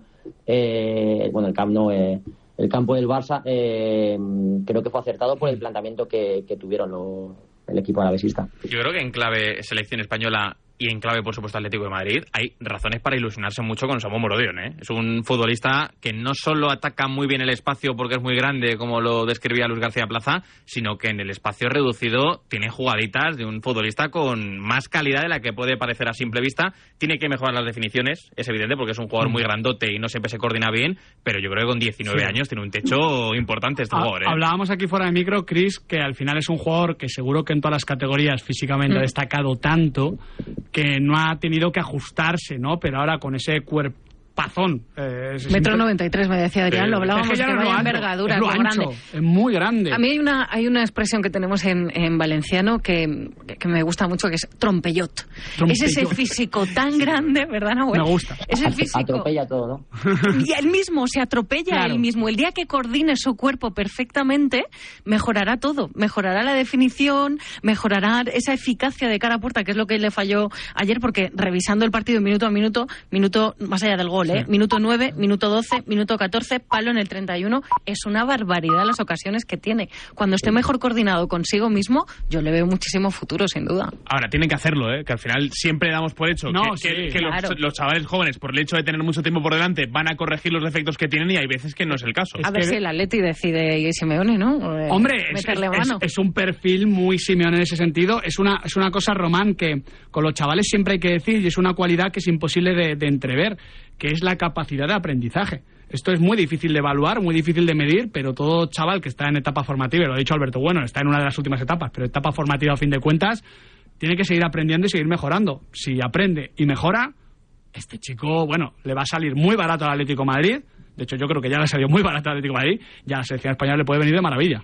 S19: eh, bueno el Camp Nou, eh, el campo del Barça, eh, creo que fue acertado por el planteamiento que, que tuvieron lo, el equipo alavesista.
S18: Yo creo que en clave selección española y en clave, por supuesto, Atlético de Madrid, hay razones para ilusionarse mucho con Samu Morodion, ¿eh? Es un futbolista que no solo ataca muy bien el espacio porque es muy grande, como lo describía Luis García Plaza, sino que en el espacio reducido tiene jugaditas de un futbolista con más calidad de la que puede parecer a simple vista. Tiene que mejorar las definiciones, es evidente, porque es un jugador muy grandote y no siempre se coordina bien, pero yo creo que con diecinueve sí. años tiene un techo importante este ha, jugador, ¿eh?
S5: Hablábamos aquí fuera de micro, Chris, que al final es un jugador que seguro que en todas las categorías físicamente mm. ha destacado tanto que no ha tenido que ajustarse, ¿no? Pero ahora con ese cuerpazón... Eh,
S16: Metro noventa y tres, me decía Adrián, sí, lo hablábamos, es que, que vaya envergadura,
S5: es, lo
S16: es
S5: muy
S16: ancho,
S5: grande. Es muy grande.
S16: A mí hay una, hay una expresión que tenemos en, en valenciano que, que me gusta mucho, que es trompellot. trompellot. Es ese físico tan sí, grande, ¿verdad, Nahuel?
S5: Me gusta.
S16: Ese físico...
S19: Atropella todo, ¿no?
S16: Y él mismo, se atropella claro. él mismo. El día que coordine su cuerpo perfectamente, mejorará todo. Mejorará la definición, mejorará esa eficacia de cara a puerta, que es lo que le falló ayer, porque revisando el partido minuto a minuto, minuto más allá del gol, ¿eh? Sí. Minuto nueve, minuto doce, minuto catorce, palo en el treinta y uno, es una barbaridad las ocasiones que tiene. Cuando esté mejor coordinado consigo mismo, yo le veo muchísimo futuro, sin duda.
S4: Ahora, tienen que hacerlo, ¿eh? Que al final siempre damos por hecho
S5: no,
S4: que,
S5: sí,
S4: que, que
S16: claro.
S4: los, los chavales jóvenes, por el hecho de tener mucho tiempo por delante, van a corregir los defectos que tienen, y hay veces que no es el caso.
S16: A
S4: es
S16: ver
S4: que...
S16: si el Atleti decide y Simeone, ¿no? Eh,
S5: Hombre, es, es, es, es un perfil muy Simeone en ese sentido. Es una, es una cosa, Román, que con los chavales siempre hay que decir, y es una cualidad que es imposible de, de entrever, que es la capacidad de aprendizaje. Esto es muy difícil de evaluar, muy difícil de medir, pero todo chaval que está en etapa formativa, y lo ha dicho Alberto Bueno, está en una de las últimas etapas, pero etapa formativa a fin de cuentas, tiene que seguir aprendiendo y seguir mejorando. Si aprende y mejora, este chico, bueno, le va a salir muy barato al Atlético de Madrid. De hecho, yo creo que ya le salió muy barato al Atlético de Madrid, y a la selección española le puede venir de maravilla.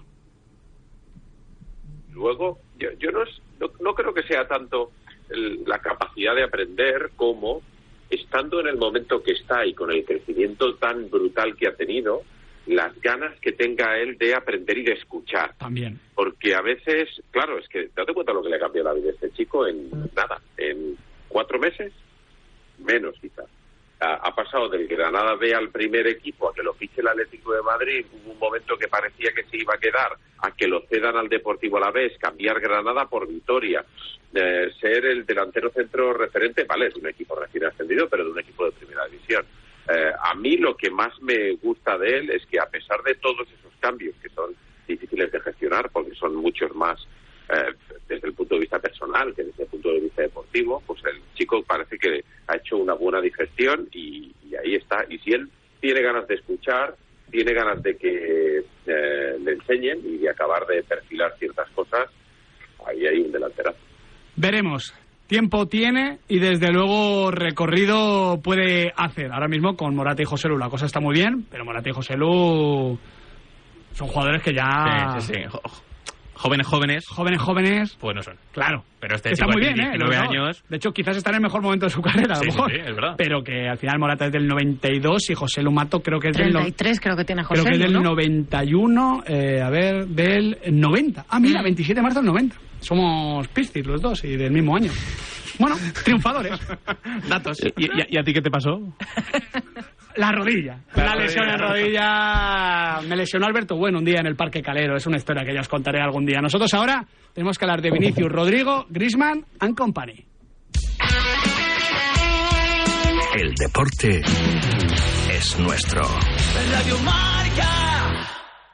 S17: Luego, yo, yo no, es, no, no creo que sea tanto el, la capacidad de aprender como, estando en el momento que está y con el crecimiento tan brutal que ha tenido, las ganas que tenga él de aprender y de escuchar.
S5: También.
S17: Porque a veces, claro, es que date cuenta lo que le ha cambiado la vida a este chico en nada, en cuatro meses, menos quizás. Ha, ha pasado del Granada B al primer equipo a que lo fiche el Atlético de Madrid, hubo un momento que parecía que se iba a quedar, a que lo cedan al Deportivo Alavés, cambiar Granada por Vitoria, eh, ser el delantero centro referente, vale, es un equipo recién ascendido, pero de un equipo de primera división. Eh, a mí lo que más me gusta de él es que, a pesar de todos esos cambios que son difíciles de gestionar, porque son muchos más eh, desde el punto de vista personal que desde el punto de vista deportivo, pues el chico parece que ha hecho una buena digestión y, y ahí está. Y si él tiene ganas de escuchar, tiene ganas de que eh, le enseñen y de acabar de perfilar ciertas cosas, ahí hay un delanterazo.
S5: Veremos. Tiempo tiene y desde luego recorrido puede hacer. Ahora mismo con Morata y Joselu la cosa está muy bien, pero Morata y Joselu son jugadores que ya...
S18: Sí, sí, sí. Jóvenes, jóvenes.
S5: Jóvenes, jóvenes.
S18: Pues no son.
S5: Claro.
S18: Pero este
S5: está
S18: chico
S5: muy bien,
S18: tiene diecinueve
S5: ¿eh?
S18: años.
S5: De hecho, quizás está en el mejor momento de su carrera, a
S18: sí,
S5: lo mejor.
S18: Sí, sí, es verdad.
S5: Pero que al final Morata es del noventa y dos y José Lumato creo que es del...
S16: treinta y tres creo que tiene José,
S5: creo que es del
S16: ¿no?
S5: noventa y uno, eh, a ver, del noventa. Ah, mira, veintisiete de marzo del noventa. Somos Piscis los dos y del mismo año. Bueno, triunfadores.
S4: Datos. ¿Y, y, ¿Y a ti qué te pasó?
S5: La rodilla. La, la lesión en rodilla. Me lesionó Alberto Bueno un día en el Parque Calero. Es una historia que ya os contaré algún día. Nosotros ahora tenemos que hablar de Vinicius, Rodrigo, Griezmann and company.
S11: El deporte es nuestro.
S7: Radio Marca.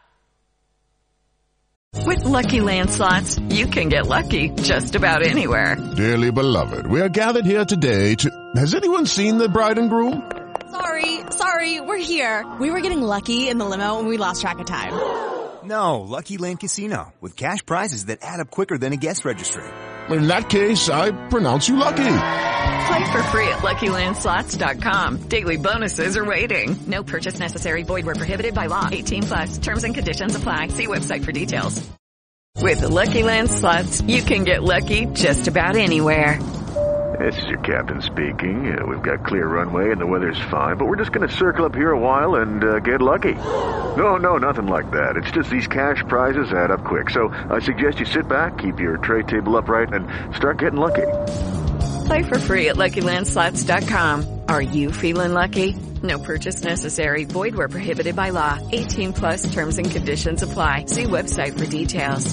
S21: With Lucky Land Slots, you can get lucky just about anywhere.
S22: Dearly beloved, we are gathered here today to... Has anyone seen the bride and groom?
S23: Sorry,
S1: Sorry, we're here. We were getting lucky in the limo and we lost track of time.
S22: No, Lucky Land Casino, with cash prizes that add up quicker than a guest registry.
S23: In that case, I pronounce you lucky.
S21: Play for free at Lucky Land Slots dot com. Daily bonuses are waiting. No purchase necessary. Void where prohibited by law. eighteen plus. Terms and conditions apply. See website for details. With the Lucky Land Slots, you can get lucky just about anywhere.
S24: This is your captain speaking. Uh, we've got clear runway and the weather's fine, but we're just going to circle up here a while and uh, get lucky. No, no, nothing like that. It's just these cash prizes add up quick. So I suggest you sit back, keep your tray table upright, and start getting lucky.
S21: Play for free at Lucky Land Slots dot com. Are you feeling lucky? No purchase necessary. Void where prohibited by law. eighteen plus terms and conditions apply. See website for details.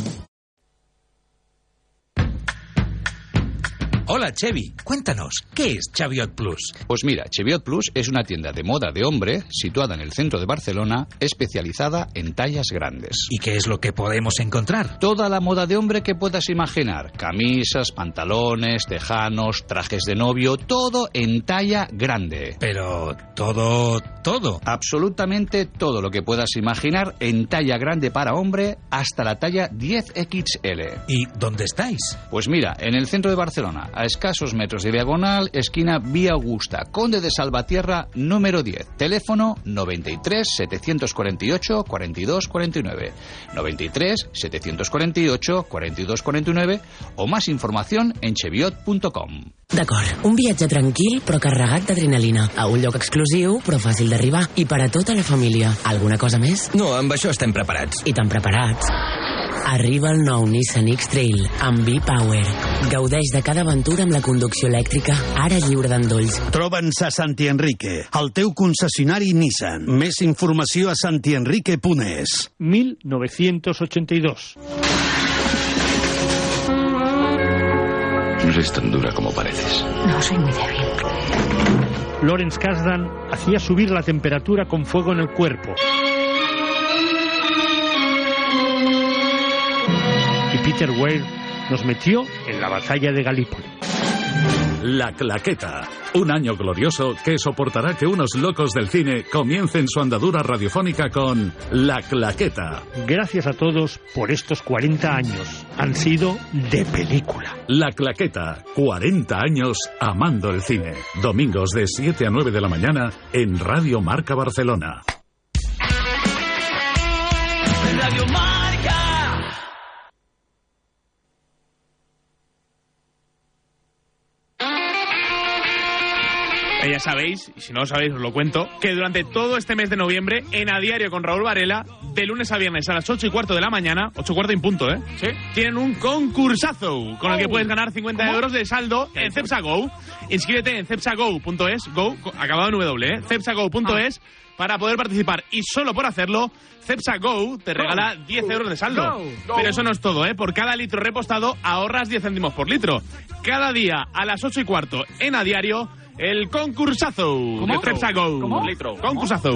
S11: Hola, Chevy. Cuéntanos, ¿qué es Cheviot Plus?
S25: Pues mira, Cheviot Plus es una tienda de moda de hombre situada en el centro de Barcelona, especializada en tallas grandes.
S11: ¿Y qué es lo que podemos encontrar?
S25: Toda la moda de hombre que puedas imaginar. Camisas, pantalones, tejanos, trajes de novio, todo en talla grande.
S11: Pero todo, todo.
S25: Absolutamente todo lo que puedas imaginar en talla grande para hombre hasta la talla diez equis ele.
S11: ¿Y dónde estáis?
S25: Pues mira, en el centro de Barcelona, a escasos metros de diagonal, esquina Vía Augusta, Conde de Salvatierra, número diez. Teléfono noventa y tres, setecientos cuarenta y ocho, cuarenta y dos cuarenta y nueve. noventa y tres, setecientos cuarenta y ocho, cuarenta y dos cuarenta y nueve o más información en cheviot punto com.
S2: D'acord, un viatge tranquil però carregat d'adrenalina, a un lloc exclusiu però fàcil d'arribar i per a tota la família. Alguna cosa més?
S26: No, amb això estem preparats.
S2: I tan preparats. Arriba el nou Nissan X-Trail amb V-Power. Gaudeix de cada aventura amb la conducció elèctrica, ara lliure d'endolls.
S27: Troba'ns a Santi Enrique, el teu concessionari Nissan. Més informació a santi enrique punt es.
S28: mil novecientos ochenta y dos.
S29: No eres tan dura como pareces.
S21: No, soy muy débil.
S28: Lawrence Kasdan hacía subir la temperatura con fuego en el cuerpo. Y Peter Weir nos metió en la batalla de Galípoli.
S6: La Claqueta, un año glorioso que soportará que unos locos del cine comiencen su andadura radiofónica con La Claqueta.
S28: Gracias a todos por estos cuarenta años. Han sido de película.
S6: La Claqueta, cuarenta años amando el cine. Domingos de siete a nueve de la mañana en Radio Marca Barcelona.
S7: Radio Marca.
S4: Ya sabéis, y si no lo sabéis os lo cuento, que durante todo este mes de noviembre, en A Diario con Raúl Varela, de lunes a viernes a las ocho y cuarto de la mañana, ocho y cuarto en punto, ¿eh?
S5: Sí.
S4: Tienen un concursazo con el que puedes ganar cincuenta
S5: ¿Cómo?
S4: euros de saldo en Cepsa Go. Inscríbete en cepsa go punto es, go, acabado en W, ¿eh? cepsa go punto es, ah. para poder participar. Y solo por hacerlo, Cepsa Go te regala go. diez euros de saldo. Go. Go. Pero eso no es todo, ¿eh? Por cada litro repostado ahorras diez céntimos por litro. Cada día a las ocho y cuarto en A Diario, el concursazo
S5: ¿Cómo?
S4: de Cepsa Go.
S5: ¿Cómo?
S4: Concursazo.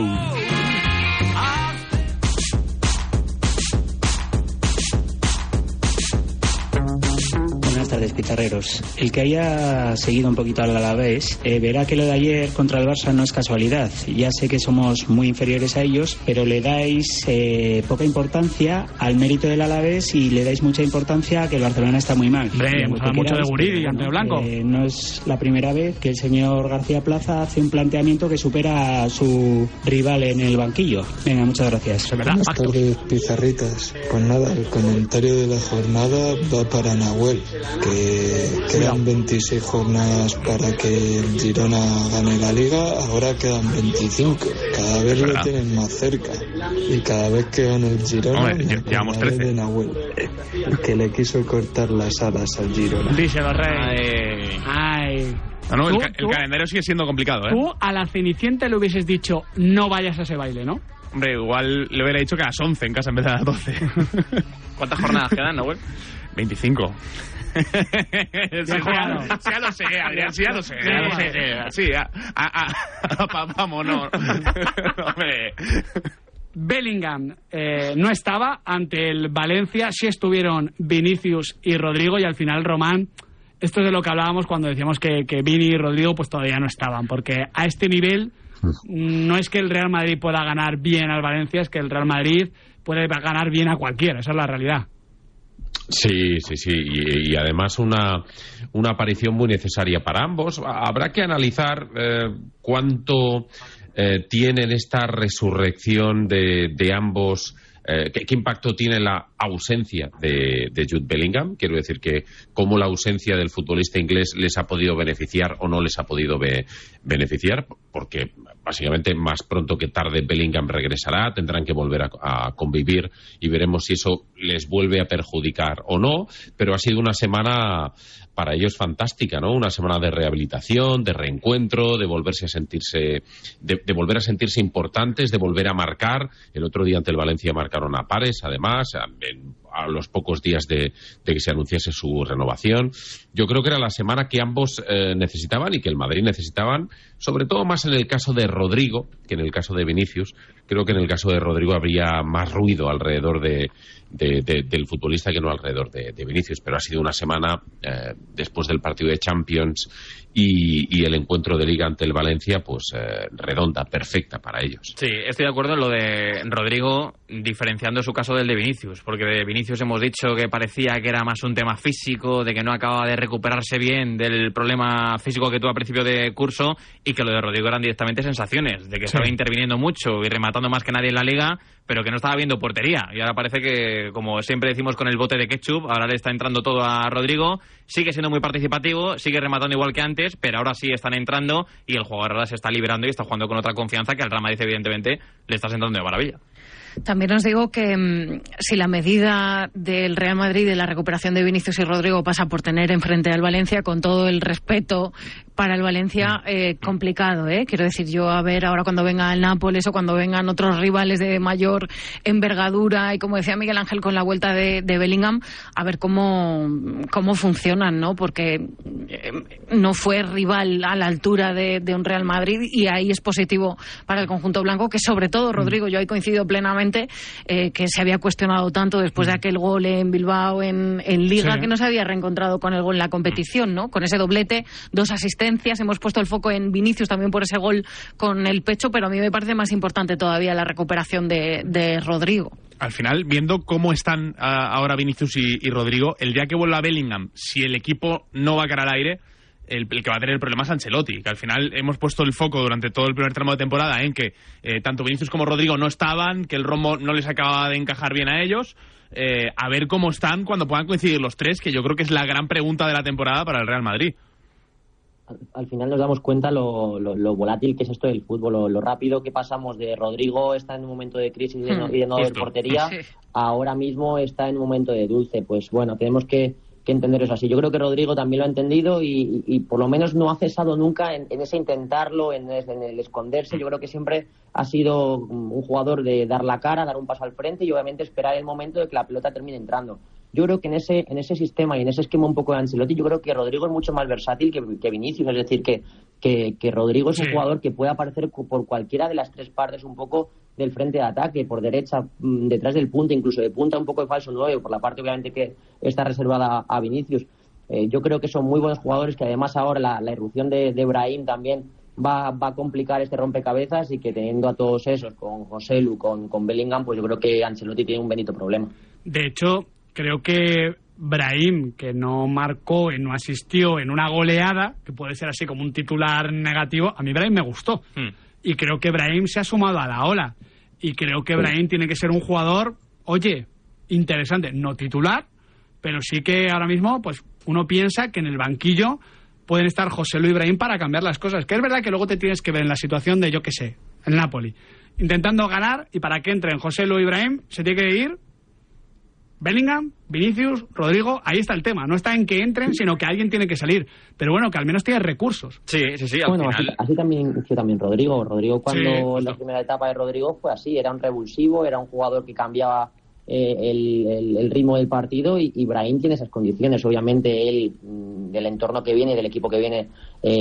S30: Buenas tardes, pizarreros. El que haya seguido un poquito al Alavés eh, verá que lo de ayer contra el Barça no es casualidad. Ya sé que somos muy inferiores a ellos, pero le dais eh, poca importancia al mérito del Alavés y le dais mucha importancia a que el Barcelona está muy mal.
S5: Hombre, hemos hablado mucho de Guridi y Antonio Blanco.
S30: Eh, no es la primera vez que el señor García Plaza hace un planteamiento que supera a su rival en el banquillo. Venga, muchas gracias.
S31: Buenas tardes, pizarritas. Pues nada, el comentario de la jornada va para Nahuel, que quedan veintiséis jornadas para que el Girona gane la Liga, ahora quedan veinticinco. Cada vez lo tienen más cerca. Y cada vez que gane el Girona,
S4: Hombre, me llevamos trece.
S31: De Nahuel, el que le quiso cortar las alas al Girona.
S5: Díselo, Rey. Ay. Ay.
S4: No, no, el,
S5: ¿Tú,
S4: ca- el
S5: tú?
S4: calendario sigue siendo complicado, ¿eh?
S5: Tú a la Cenicienta le hubieses dicho no vayas a ese baile, ¿no?
S4: Hombre, igual le hubiera dicho que a las once en casa en vez de a las doce.
S18: ¿Cuántas jornadas quedan, Nahuel?
S4: veinticinco.
S5: Ya
S4: sí,
S5: jugado.
S4: ya, ya lo sé, Adrián, sí, ya lo sé. Ya lo sé. Sí, a, a, a, a, vamos, no. Hombre.
S5: Bellingham eh, no estaba ante el Valencia, sí estuvieron Vinicius y Rodrigo, y al final Román, esto es de lo que hablábamos cuando decíamos que, que Vini y Rodrigo pues todavía no estaban, porque a este nivel No es que el Real Madrid pueda ganar bien al Valencia, es que el Real Madrid puede ganar bien a cualquiera, esa es la realidad.
S17: Sí, sí, sí, y, y además una, una aparición muy necesaria para ambos. Habrá que analizar eh, cuánto eh, tienen esta resurrección de, de ambos. Eh, ¿qué, ¿Qué impacto tiene la ausencia de, de Jude Bellingham? Quiero decir que cómo la ausencia del futbolista inglés les ha podido beneficiar o no les ha podido be, beneficiar, porque básicamente más pronto que tarde Bellingham regresará, tendrán que volver a, a convivir y veremos si eso les vuelve a perjudicar o no, pero ha sido una semana para ellos fantástica, ¿no? Una semana de rehabilitación, de reencuentro, de volverse a sentirse, de, de volver a sentirse importantes, de volver a marcar. El otro día ante el Valencia marcaron a pares, además, a, en, a los pocos días de, de que se anunciase su renovación. Yo creo que era la semana que ambos eh, necesitaban y que el Madrid necesitaban, sobre todo más en el caso de Rodrigo que en el caso de Vinicius. Creo que en el caso de Rodrigo habría más ruido alrededor de, de, de, del futbolista que no alrededor de, de Vinicius, pero ha sido una semana eh, después del partido de Champions y, y el encuentro de Liga ante el Valencia, pues eh, redonda, perfecta para ellos.
S18: Sí, estoy de acuerdo en lo de Rodrigo, diferenciando su caso del de Vinicius, porque de Vinicius hemos dicho que parecía que era más un tema físico, de que no acaba de recuperarse bien del problema físico que tuvo a principio de curso, y que lo de Rodrigo eran directamente sensaciones, de que sí. Estaba interviniendo mucho y rematando más que nadie en la Liga, pero que no estaba viendo portería. Y ahora parece que, como siempre decimos con el bote de ketchup, ahora le está entrando todo a Rodrigo, sigue siendo muy participativo, sigue rematando igual que antes, pero ahora sí están entrando y el jugador ahora se está liberando y está jugando con otra confianza que al Real Madrid evidentemente le está sentando de maravilla.
S16: También os digo que mmm, si la medida del Real Madrid de la recuperación de Vinicius y Rodrigo pasa por tener enfrente al Valencia, con todo el respeto para el Valencia, eh, complicado, ¿eh? Quiero decir, yo a ver ahora cuando venga el Nápoles o cuando vengan otros rivales de mayor envergadura y, como decía Miguel Ángel, con la vuelta de, de Bellingham, a ver cómo, cómo funcionan, ¿no? Porque eh, no fue rival a la altura de, de un Real Madrid y ahí es positivo para el conjunto blanco, que sobre todo Rodrigo, yo ahí coincido plenamente, eh, que se había cuestionado tanto después de aquel gol en Bilbao en, en Liga, sí. que no se había reencontrado con el gol en la competición, ¿no? Con ese doblete, dos asistencias. Hemos puesto el foco en Vinicius también por ese gol con el pecho, pero a mí me parece más importante todavía la recuperación de, de Rodrigo.
S4: Al final, viendo cómo están uh, ahora Vinicius y, y Rodrigo, el día que vuelva Bellingham, si el equipo no va a cara al aire, el, el que va a tener el problema es Ancelotti, que al final hemos puesto el foco durante todo el primer tramo de temporada en que eh, tanto Vinicius como Rodrigo no estaban, que el rombo no les acababa de encajar bien a ellos. Eh, a ver cómo están cuando puedan coincidir los tres, que yo creo que es la gran pregunta de la temporada para el Real Madrid.
S3: Al final nos damos cuenta lo, lo, lo volátil que es esto del fútbol, lo, lo rápido que pasamos de Rodrigo está en un momento de crisis y de no, y de no haber portería, sí. ahora mismo está en un momento de dulce. Pues bueno, tenemos que, que entender eso así. Yo creo que Rodrigo también lo ha entendido y, y, y por lo menos no ha cesado nunca en, en ese intentarlo, en, en el esconderse. Yo creo que siempre ha sido un jugador de dar la cara, dar un paso al frente y obviamente esperar el momento de que la pelota termine entrando. Yo creo que en ese en ese sistema y en ese esquema un poco de Ancelotti, yo creo que Rodrigo es mucho más versátil que, que Vinicius, es decir, que, que, que Rodrigo es sí. un jugador que puede aparecer por cualquiera de las tres partes un poco del frente de ataque, por derecha, detrás del punta, incluso de punta un poco de falso nueve, por la parte obviamente que está reservada a Vinicius. Eh, yo creo que son muy buenos jugadores, que además ahora la, la irrupción de, de Brahim también va, va a complicar este rompecabezas y que teniendo a todos esos, con Joselu, con, con Bellingham, pues yo creo que Ancelotti tiene un benito problema.
S5: De hecho, creo que Brahim, que no marcó y no asistió en una goleada, que puede ser así como un titular negativo, a mí Brahim me gustó. Hmm. Y creo que Brahim se ha sumado a la ola. Y creo que Brahim tiene que ser un jugador, oye, interesante, no titular, pero sí que ahora mismo pues uno piensa que en el banquillo pueden estar Joselu y Brahim para cambiar las cosas. Que es verdad que luego te tienes que ver en la situación de, yo qué sé, el Napoli, intentando ganar, y para que entren Joselu y Brahim se tiene que ir Bellingham, Vinicius, Rodrigo. Ahí está el tema. No está en que entren, sino que alguien tiene que salir. Pero bueno, que al menos tiene recursos.
S18: Sí, sí, sí. Al
S3: bueno,
S18: final...
S3: así, así también hizo también Rodrigo. Rodrigo cuando
S18: sí,
S3: en la primera etapa de Rodrigo fue así. Era un revulsivo, era un jugador que cambiaba eh, el, el, el ritmo del partido y, y Brahim tiene esas condiciones. Obviamente él, del entorno que viene, del equipo que viene, eh,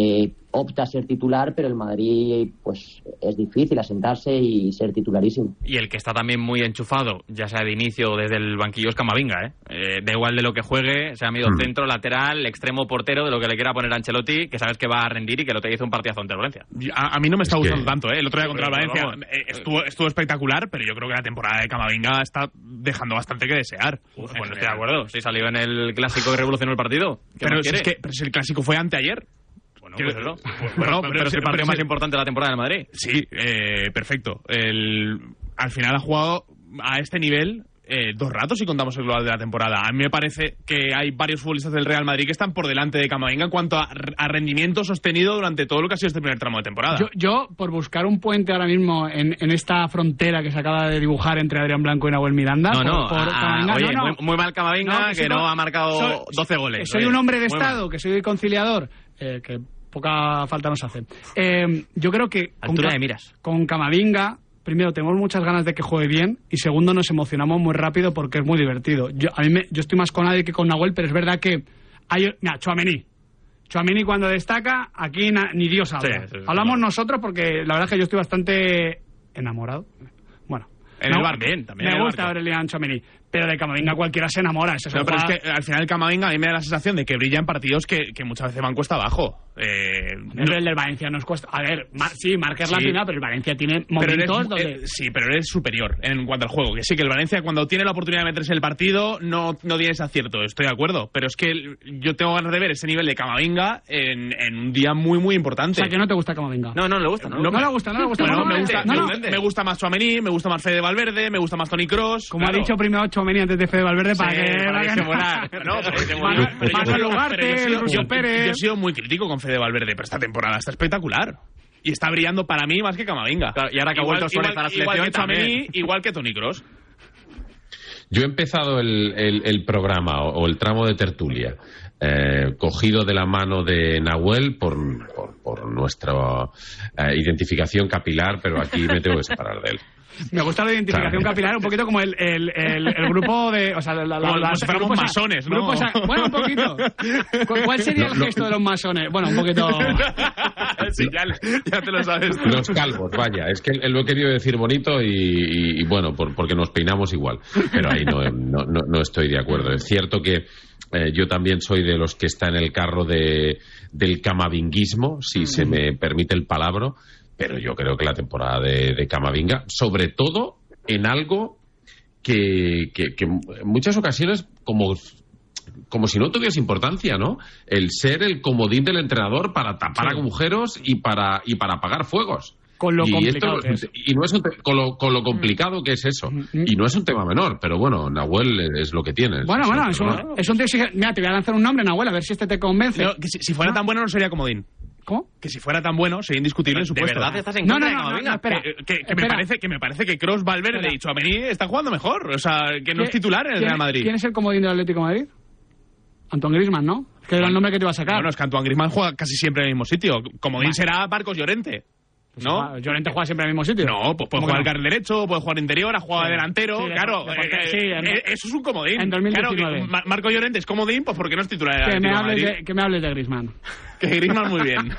S3: opta a ser titular, pero el Madrid pues es difícil asentarse y ser titularísimo.
S18: Y el que está también muy enchufado, ya sea de inicio o desde el banquillo, es Camavinga, ¿eh? Eh, da igual de lo que juegue, sea medio mm. centro, lateral, extremo, portero, de lo que le quiera poner a Ancelotti, que sabes que va a rendir y que lo te hizo un partidazo ante el Valencia.
S4: A, a mí no me está es gustando que... tanto, ¿eh? El otro día contra el Valencia eh, estuvo, estuvo espectacular, pero yo creo que la temporada de Camavinga está dejando bastante que desear.
S18: Uf, pues no estoy de acuerdo. Sí, salió en el clásico que revolucionó el partido.
S4: Pero es, que, pero si el clásico fue anteayer.
S18: Bueno, pues eso. Bueno, pero, pero es el partido más importante de la temporada del Madrid.
S4: Sí, eh, perfecto. El, al final ha jugado a este nivel eh, dos ratos si contamos el global de la temporada. A mí me parece que hay varios futbolistas del Real Madrid que están por delante de Camavinga en cuanto a, a rendimiento sostenido durante todo lo que ha sido este primer tramo de temporada.
S5: Yo, yo por buscar un puente ahora mismo en, en esta frontera que se acaba de dibujar entre Adrián Blanco y Nahuel Miranda.
S18: No,
S5: por,
S18: no,
S5: por
S18: ah, oye, no, no. Muy, muy mal Camavinga, no, que, que no, no ha marcado soy, doce goles.
S5: Soy
S18: oye,
S5: un hombre de Estado, mal. Que soy conciliador, eh, que poca falta nos hace. Eh, yo creo que
S18: Altura
S5: con,
S18: de miras.
S5: Con Camavinga, primero, tenemos muchas ganas de que juegue bien y segundo, nos emocionamos muy rápido porque es muy divertido. Yo a mí me, yo estoy más con Adri que con Nahuel, pero es verdad que hay... Mira, Tchouaméni. Tchouaméni cuando destaca, aquí na, ni Dios habla. Sí, sí, sí, Hablamos sí. nosotros porque la verdad es que yo estoy bastante enamorado. Bueno.
S4: En el bar bien, también.
S5: Me gusta Aurelian Tchouaméni. Pero de Camavinga cualquiera se enamora. Eso
S4: no, pero es que al final Camavinga a mí me da la sensación de que brilla en partidos que, que muchas veces van cuesta abajo. Eh,
S5: no. El del Valencia nos cuesta... A ver, mar, sí, Marca es sí. la final, pero el Valencia tiene momentos
S4: eres,
S5: donde...
S4: Eh, sí, pero eres superior en cuanto al juego. Que sí, que el Valencia cuando tiene la oportunidad de meterse en el partido no, no tiene ese acierto, estoy de acuerdo. Pero es que yo tengo ganas de ver ese nivel de Camavinga en, en un día muy, muy importante.
S5: O sea, que no te gusta Camavinga.
S18: No, no le gusta. No,
S5: no, no le gusta, no le gusta.
S4: Bueno, me, gusta, no, no. Me, me gusta más Tchouaméni, me gusta más Fede Valverde, me gusta más Toni Kroos.
S5: Como
S4: claro.
S5: ha dicho primero Tchouaméni antes de Fede Valverde. Verde para
S4: sí,
S5: que,
S4: para que se muera. No,
S5: Manuel Ugarte, el Ruso Pérez.
S4: Yo he sido muy crítico con Fede Valverde, pero esta temporada está espectacular. Y está brillando para mí más que Camavinga.
S18: Claro, y ahora que igual, ha vuelto Suárez a la selección
S4: igual que
S18: también.
S4: Igual que Toni Kroos.
S17: Yo he empezado el, el, el programa o, o el tramo de tertulia eh, cogido de la mano de Nahuel por, por, por nuestra eh, identificación capilar, pero aquí me tengo que separar de él.
S5: Me gusta la identificación claro. capilar, un poquito como el, el, el, el grupo de... O sea, la, la,
S4: como,
S5: la,
S4: como si fuéramos masones, ¿no?
S5: Grupos a, bueno, un poquito. ¿Cuál sería no, el gesto no. de los masones? Bueno, un poquito...
S4: Sí, ya, ya te lo sabes.
S17: Los calvos, vaya. Es que lo he querido decir bonito y, y, y bueno, por, porque nos peinamos igual. Pero ahí no, no, no, no estoy de acuerdo. Es cierto que eh, yo también soy de los que está en el carro de, del camavinguismo, si mm. se me permite el palabra. Pero yo creo que la temporada de, de Camavinga, sobre todo en algo que, que, que en muchas ocasiones como, como si no tuviese importancia, ¿no? El ser el comodín del entrenador para tapar sí. agujeros y para, y para apagar fuegos.
S5: Con lo
S17: y
S5: complicado
S17: esto,
S5: que es.
S17: Y no es un te- con, lo, con lo complicado que es eso. Y no es un tema menor, pero bueno, Nahuel es lo que tiene.
S5: Bueno,
S17: es
S5: bueno,
S17: un,
S5: es un, es un tío exigente. Mira, te voy a lanzar un nombre, Nahuel, a ver si este te convence.
S4: No, que si, si fuera ¿no? tan bueno no sería comodín.
S5: ¿Cómo?
S4: Que si fuera tan bueno sería indiscutible en su
S18: ¿De
S4: puesto.
S18: verdad estás en
S5: no,
S18: contra
S5: no,
S18: de
S5: no,
S18: Camavinga?
S5: no, espera.
S4: Que, que, que,
S5: espera.
S4: me parece, que me parece que Kroos, Valverde
S5: espera.
S4: y Tchouaméni están jugando mejor. O sea, que no es titular en el Real Madrid.
S5: ¿Quién es el comodín del Atlético de Madrid? Antoine Griezmann, ¿no? Que era el nombre que te iba a sacar.
S4: Bueno, es que Antoine Griezmann juega casi siempre en el mismo sitio. Comodín vale. será Marcos Llorente. ¿No?
S5: Pues Llorente juega siempre en el mismo sitio.
S4: No, pues puede jugar al carril derecho, puede jugar interior, ha jugado sí. delantero. Sí, claro, de, de, eh, sí, en, eh, eso es un comodín.
S5: En dos mil diecinueve.
S4: Claro, que Marco Llorente es comodín, pues porque no es titular de
S5: que me hables
S4: de,
S5: Que me hables de Griezmann.
S4: Que Griezmann muy bien.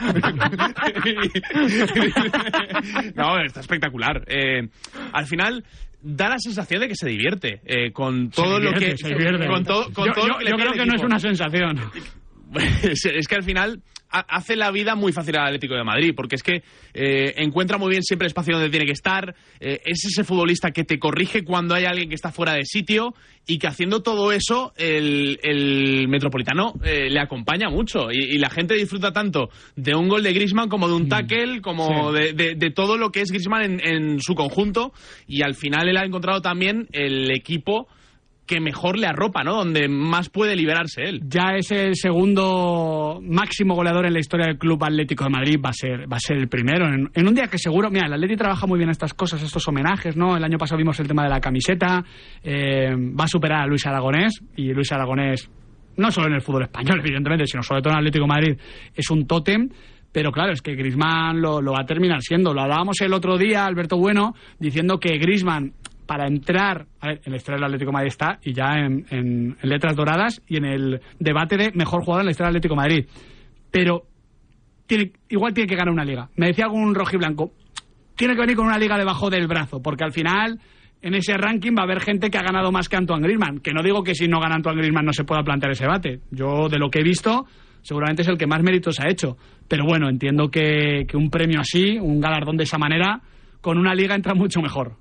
S4: No, está espectacular. Eh, al final da la sensación de que se divierte eh, con todo
S5: se divierte,
S4: lo que
S5: se divierte.
S4: con todo, con
S5: yo,
S4: todo
S5: yo,
S4: lo que le
S5: yo creo que no es una sensación.
S4: Es que al final hace la vida muy fácil al Atlético de Madrid, porque es que eh, encuentra muy bien siempre el espacio donde tiene que estar, eh, es ese futbolista que te corrige cuando hay alguien que está fuera de sitio y que haciendo todo eso el, el Metropolitano eh, le acompaña mucho y, y la gente disfruta tanto de un gol de Griezmann como de un tackle, como sí. de, de, de todo lo que es Griezmann en, en su conjunto, y al final él ha encontrado también el equipo que mejor le arropa, ¿no? Donde más puede liberarse él.
S5: Ya es el segundo máximo goleador en la historia del Club Atlético de Madrid, va a ser va a ser el primero. En, en un día que seguro... Mira, el Atleti trabaja muy bien estas cosas, estos homenajes, ¿no? El año pasado vimos el tema de la camiseta, eh, va a superar a Luis Aragonés, y Luis Aragonés, no solo en el fútbol español, evidentemente, sino sobre todo en el Atlético de Madrid, es un tótem. Pero claro, es que Griezmann lo, lo va a terminar siendo. Lo hablábamos el otro día, Alberto Bueno, diciendo que Griezmann, para entrar, a ver, en la historia del Atlético de Madrid está, y ya en, en, en letras doradas, y en el debate de mejor jugador en la historia del Atlético de Madrid. Pero tiene, igual tiene que ganar una liga. Me decía algún rojiblanco, tiene que venir con una liga debajo del brazo, porque al final en ese ranking va a haber gente que ha ganado más que Antoine Griezmann, que no digo que si no gana Antoine Griezmann no se pueda plantear ese debate. Yo, de lo que he visto, seguramente es el que más méritos ha hecho. Pero bueno, entiendo que, que un premio así, un galardón de esa manera, con una liga entra mucho mejor.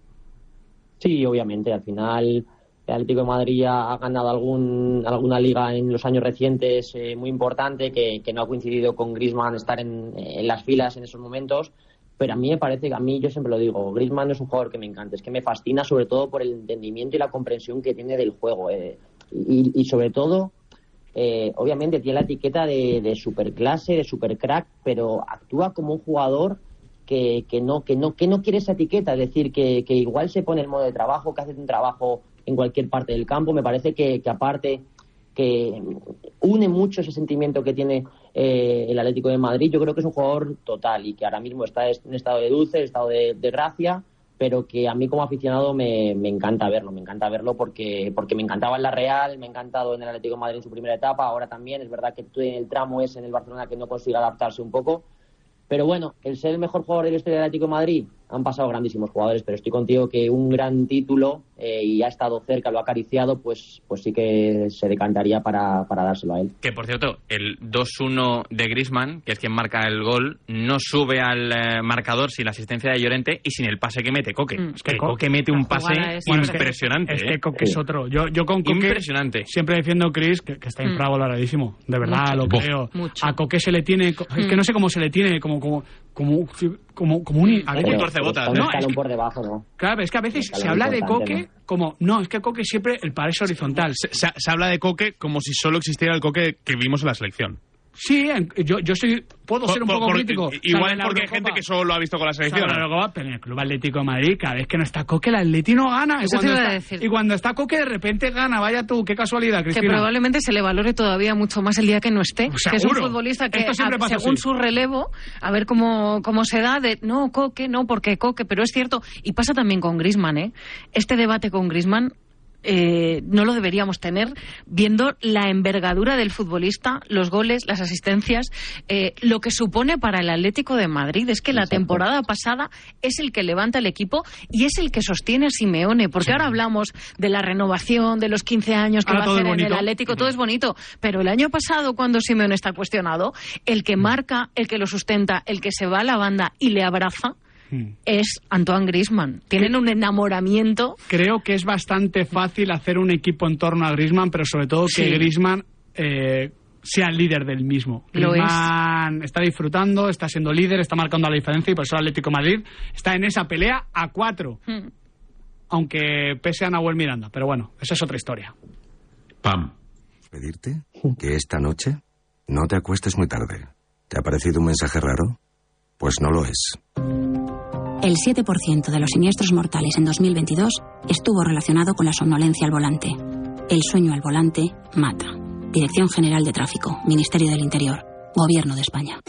S3: Sí, obviamente, al final el Atlético de Madrid ha ganado algún, alguna liga en los años recientes eh, muy importante, que, que no ha coincidido con Griezmann estar en, en las filas en esos momentos, pero a mí me parece que, a mí yo siempre lo digo, Griezmann no es un jugador que me encante, es que me fascina sobre todo por el entendimiento y la comprensión que tiene del juego, eh, y, y sobre todo, eh, obviamente tiene la etiqueta de, de superclase, de supercrack, pero actúa como un jugador que, que no que no que no quiere esa etiqueta, es decir, que, que igual se pone el modo de trabajo, que hace un trabajo en cualquier parte del campo. Me parece que, que aparte que une mucho ese sentimiento que tiene eh, el Atlético de Madrid. Yo creo que es un jugador total y que ahora mismo está en un estado de dulce, estado de, de gracia, pero que a mí como aficionado me, me encanta verlo, me encanta verlo porque porque me encantaba en la Real, me ha encantado en el Atlético de Madrid en su primera etapa, ahora también. Es verdad que el tramo es en el Barcelona que no consigue adaptarse un poco. Pero bueno, el ser el mejor jugador de la historia del Atlético de Madrid, han pasado grandísimos jugadores, pero estoy contigo que un gran título eh, y ha estado cerca, lo ha acariciado, pues pues sí que se decantaría para, para dárselo a él.
S18: Que por cierto, el dos uno de Griezmann, que es quien marca el gol, no sube al eh, marcador sin la asistencia de Llorente y sin el pase que mete Coque. Mm. Es que Coque mete un pase es... impresionante.
S5: Es que, es que
S18: ¿eh?
S5: Coque es otro. Yo, yo con Coque
S18: impresionante.
S5: Siempre defiendo, Chris, que, que está infravaloradísimo. De verdad, mucho, lo creo. Mucho. A Coque se le tiene... Es que no sé cómo se le tiene, como como como como, como un... A
S18: veces torcebotas.
S3: No, es que, por debajo, ¿no?
S5: Claro, es que a veces se habla de Coque, ¿no? Como... No, es que Coque siempre el par es horizontal.
S4: Se, se, se habla de Coque como si solo existiera el Coque que vimos en la selección.
S5: Sí, yo, yo soy, puedo ser un por, poco por, crítico.
S4: Igual es porque hay gente que solo lo ha visto con la selección.
S5: ¿No? Pero en el Club Atlético de Madrid, cada vez que no está Coque, el Atleti no gana. Y cuando, está, y cuando está Coque, de repente gana. Vaya tú, qué casualidad, Cristina.
S16: Que probablemente se le valore todavía mucho más el día que no esté.
S5: Pues
S16: que es un futbolista que, a, según así. Su relevo, a ver cómo, cómo se da, de no, Coque, no, porque Coque. Pero es cierto, y pasa también con Griezmann, ¿eh? Este debate con Griezmann... Eh, no lo deberíamos tener viendo la envergadura del futbolista, los goles, las asistencias, eh, lo que supone para el Atlético de Madrid. Es que la temporada pasada es el que levanta el equipo y es el que sostiene a Simeone, porque sí. Ahora hablamos de la renovación, de los quince años que ahora va a hacer en el Atlético, uh-huh. Todo es bonito, pero el año pasado, cuando Simeone está cuestionado, el que marca, el que lo sustenta, el que se va a la banda y le abraza es Antoine Griezmann. Tienen un enamoramiento.
S5: Creo que es bastante fácil hacer un equipo en torno a Griezmann, pero sobre todo que sí. Griezmann eh, sea el líder del mismo.
S16: Lo
S5: Griezmann
S16: es.
S5: Está disfrutando, está siendo líder, está marcando la diferencia y por eso el Atlético de Madrid está en esa pelea a cuatro. Hmm. Aunque pese a Nahuel Miranda, pero bueno, esa es otra historia.
S1: Pam.
S8: ¿Pedirte que esta noche no te acuestes muy tarde? ¿Te ha parecido un mensaje raro? Pues no lo es.
S9: El siete por ciento de los siniestros mortales en dos mil veintidós estuvo relacionado con la somnolencia al volante. El sueño al volante mata. Dirección General de Tráfico, Ministerio del Interior, Gobierno de España.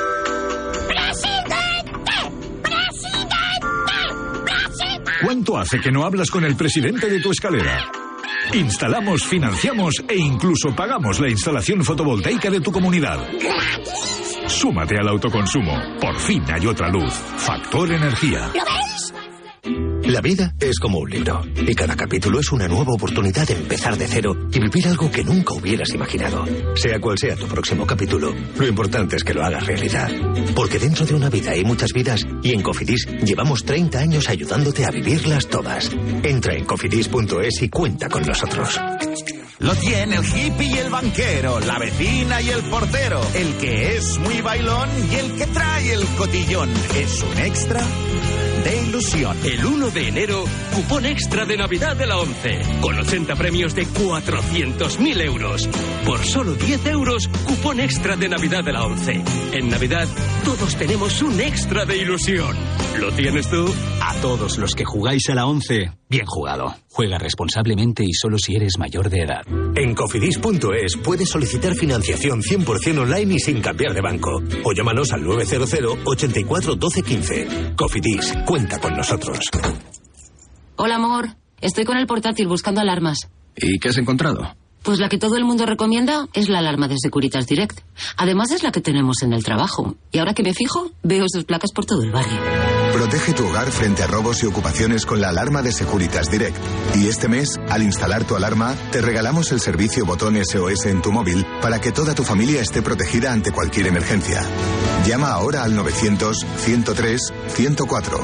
S10: ¿Cuánto hace que no hablas con el presidente de tu escalera? Instalamos, financiamos e incluso pagamos la instalación fotovoltaica de tu comunidad. Súmate al autoconsumo. Por fin hay otra luz. Factor Energía.
S12: ¿Lo veis? La vida es como un libro, y cada capítulo es una nueva oportunidad de empezar de cero y vivir algo que nunca hubieras imaginado. Sea cual sea tu próximo capítulo, lo importante es que lo hagas realidad. Porque dentro de una vida hay muchas vidas, y en Cofidis llevamos treinta años ayudándote a vivirlas todas. Entra en cofidis punto es y cuenta con nosotros.
S13: Lo tiene el hippie y el banquero, la vecina y el portero, el que es muy bailón y el que trae el cotillón. Es un extra de ilusión.
S14: El uno de enero, cupón extra de Navidad de la ONCE, con ochenta premios de cuatrocientos mil euros. Por solo diez euros, cupón extra de Navidad de la ONCE. En Navidad, todos tenemos un extra de ilusión. ¿Lo tienes tú?
S15: A todos los que jugáis a la ONCE, bien jugado. Juega responsablemente y solo si eres mayor de edad.
S12: En cofidis punto es puedes solicitar financiación cien por ciento online y sin cambiar de banco. O llámanos al nueve cero cero, ochenta y cuatro, doce, quince. Cofidis, cuenta con nosotros.
S19: Hola, amor. Estoy con el portátil buscando alarmas.
S1: ¿Y qué has encontrado? Pues la que todo el mundo recomienda es la alarma de Securitas Direct. Además es la que tenemos en el trabajo. Y ahora que me fijo, veo sus placas por todo el barrio.
S2: Protege tu hogar frente a robos y ocupaciones con la alarma de Securitas Direct. Y este mes, al instalar tu alarma, te regalamos el servicio botón S O S en tu móvil para que toda tu familia esté protegida ante cualquier emergencia. Llama ahora al novecientos, ciento tres, ciento cuatro.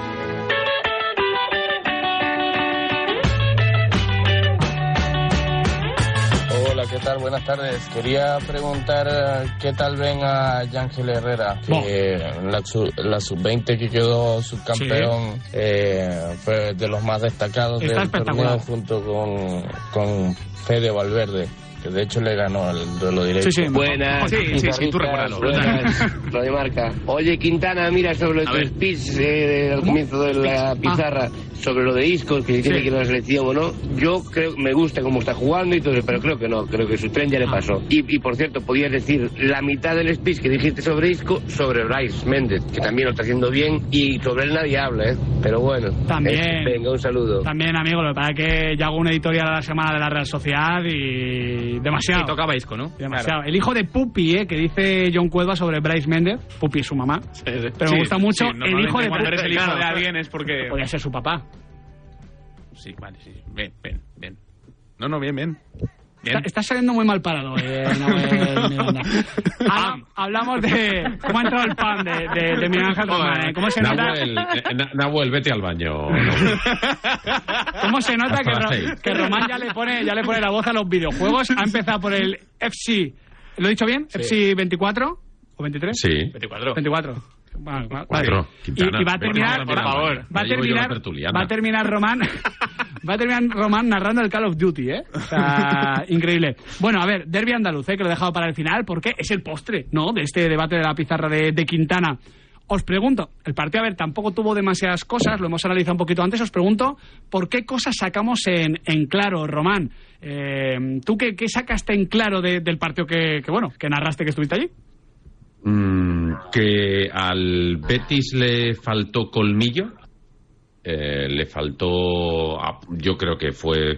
S11: ¿Qué tal? Buenas tardes. Quería preguntar qué tal ven a Yángel Herrera, que en la, la sub veinte que quedó subcampeón, sí. eh, fue de los más destacados Está del torneo junto con, con Fede Valverde, que de hecho le ganó el duelo directo.
S19: Sí, sí. Buenas. Sí, sí, sí, tú recuérdalo. Buenas, Radio Marca. Oye, Quintana, mira sobre los speech eh, al comienzo de la pizarra, ah. sobre lo de Isco, que si tiene sí. que ir a la selección o no. Yo creo, me gusta cómo está jugando y todo, pero creo que no, creo que su tren ya le pasó. Ah. Y, y por cierto, podías decir la mitad del speech que dijiste sobre Isco, sobre Brais Méndez, que también lo está haciendo bien, y sobre él nadie habla, ¿eh? Pero bueno.
S5: También.
S19: Eh, venga, un saludo.
S5: También, amigo, lo que pasa es que ya hago una editorial a la semana de la Real Sociedad y demasiado.
S18: Y tocaba Isco, ¿no?
S5: Demasiado. Claro. El hijo de Pupi, ¿eh? Que dice John Cuelva sobre Brais Méndez. Pupi es su mamá. Sí, sí. Pero sí, me gusta mucho
S4: sí,
S5: el hijo de...
S4: Cuando eres el hijo claro, de alguien es porque...
S5: Podría ser su papá.
S4: Sí, vale, sí. Bien, bien, bien. No, no, bien, bien.
S5: Está, estás saliendo muy mal parado, eh, Nahuel. Habla, hablamos de cómo ha entrado el pan de, de, de Miguel Ángel Román. ¿eh? ¿Cómo se nota?
S17: Nahuel, eh, Nahuel, vete al baño.
S5: ¿Cómo se nota que, que Román ya le pone ya le pone la voz a los videojuegos? Ha empezado por el F C, ¿lo he dicho bien? Sí. F C veinticuatro o veintitrés?
S17: Sí.
S5: veinticuatro. veinticuatro. Bueno, vale.
S17: Cuatro.
S5: Quintana, y, y va a terminar, por favor, va a terminar, va a terminar Román, va a terminar Román narrando el Call of Duty, ¿eh? O sea, increíble. Bueno, a ver, derbi andaluz, ¿eh? Que lo he dejado para el final, porque es el postre, ¿no? De este debate de la pizarra de, de Quintana. Os pregunto, el partido, a ver, tampoco tuvo demasiadas cosas, lo hemos analizado un poquito antes, os pregunto, ¿por qué cosas sacamos en, en claro, Román? Eh, ¿Tú qué, qué sacaste en claro de, del partido que, que, bueno, que narraste, que estuviste allí?
S17: Mm, que al Betis le faltó colmillo, eh, le faltó, yo creo que fue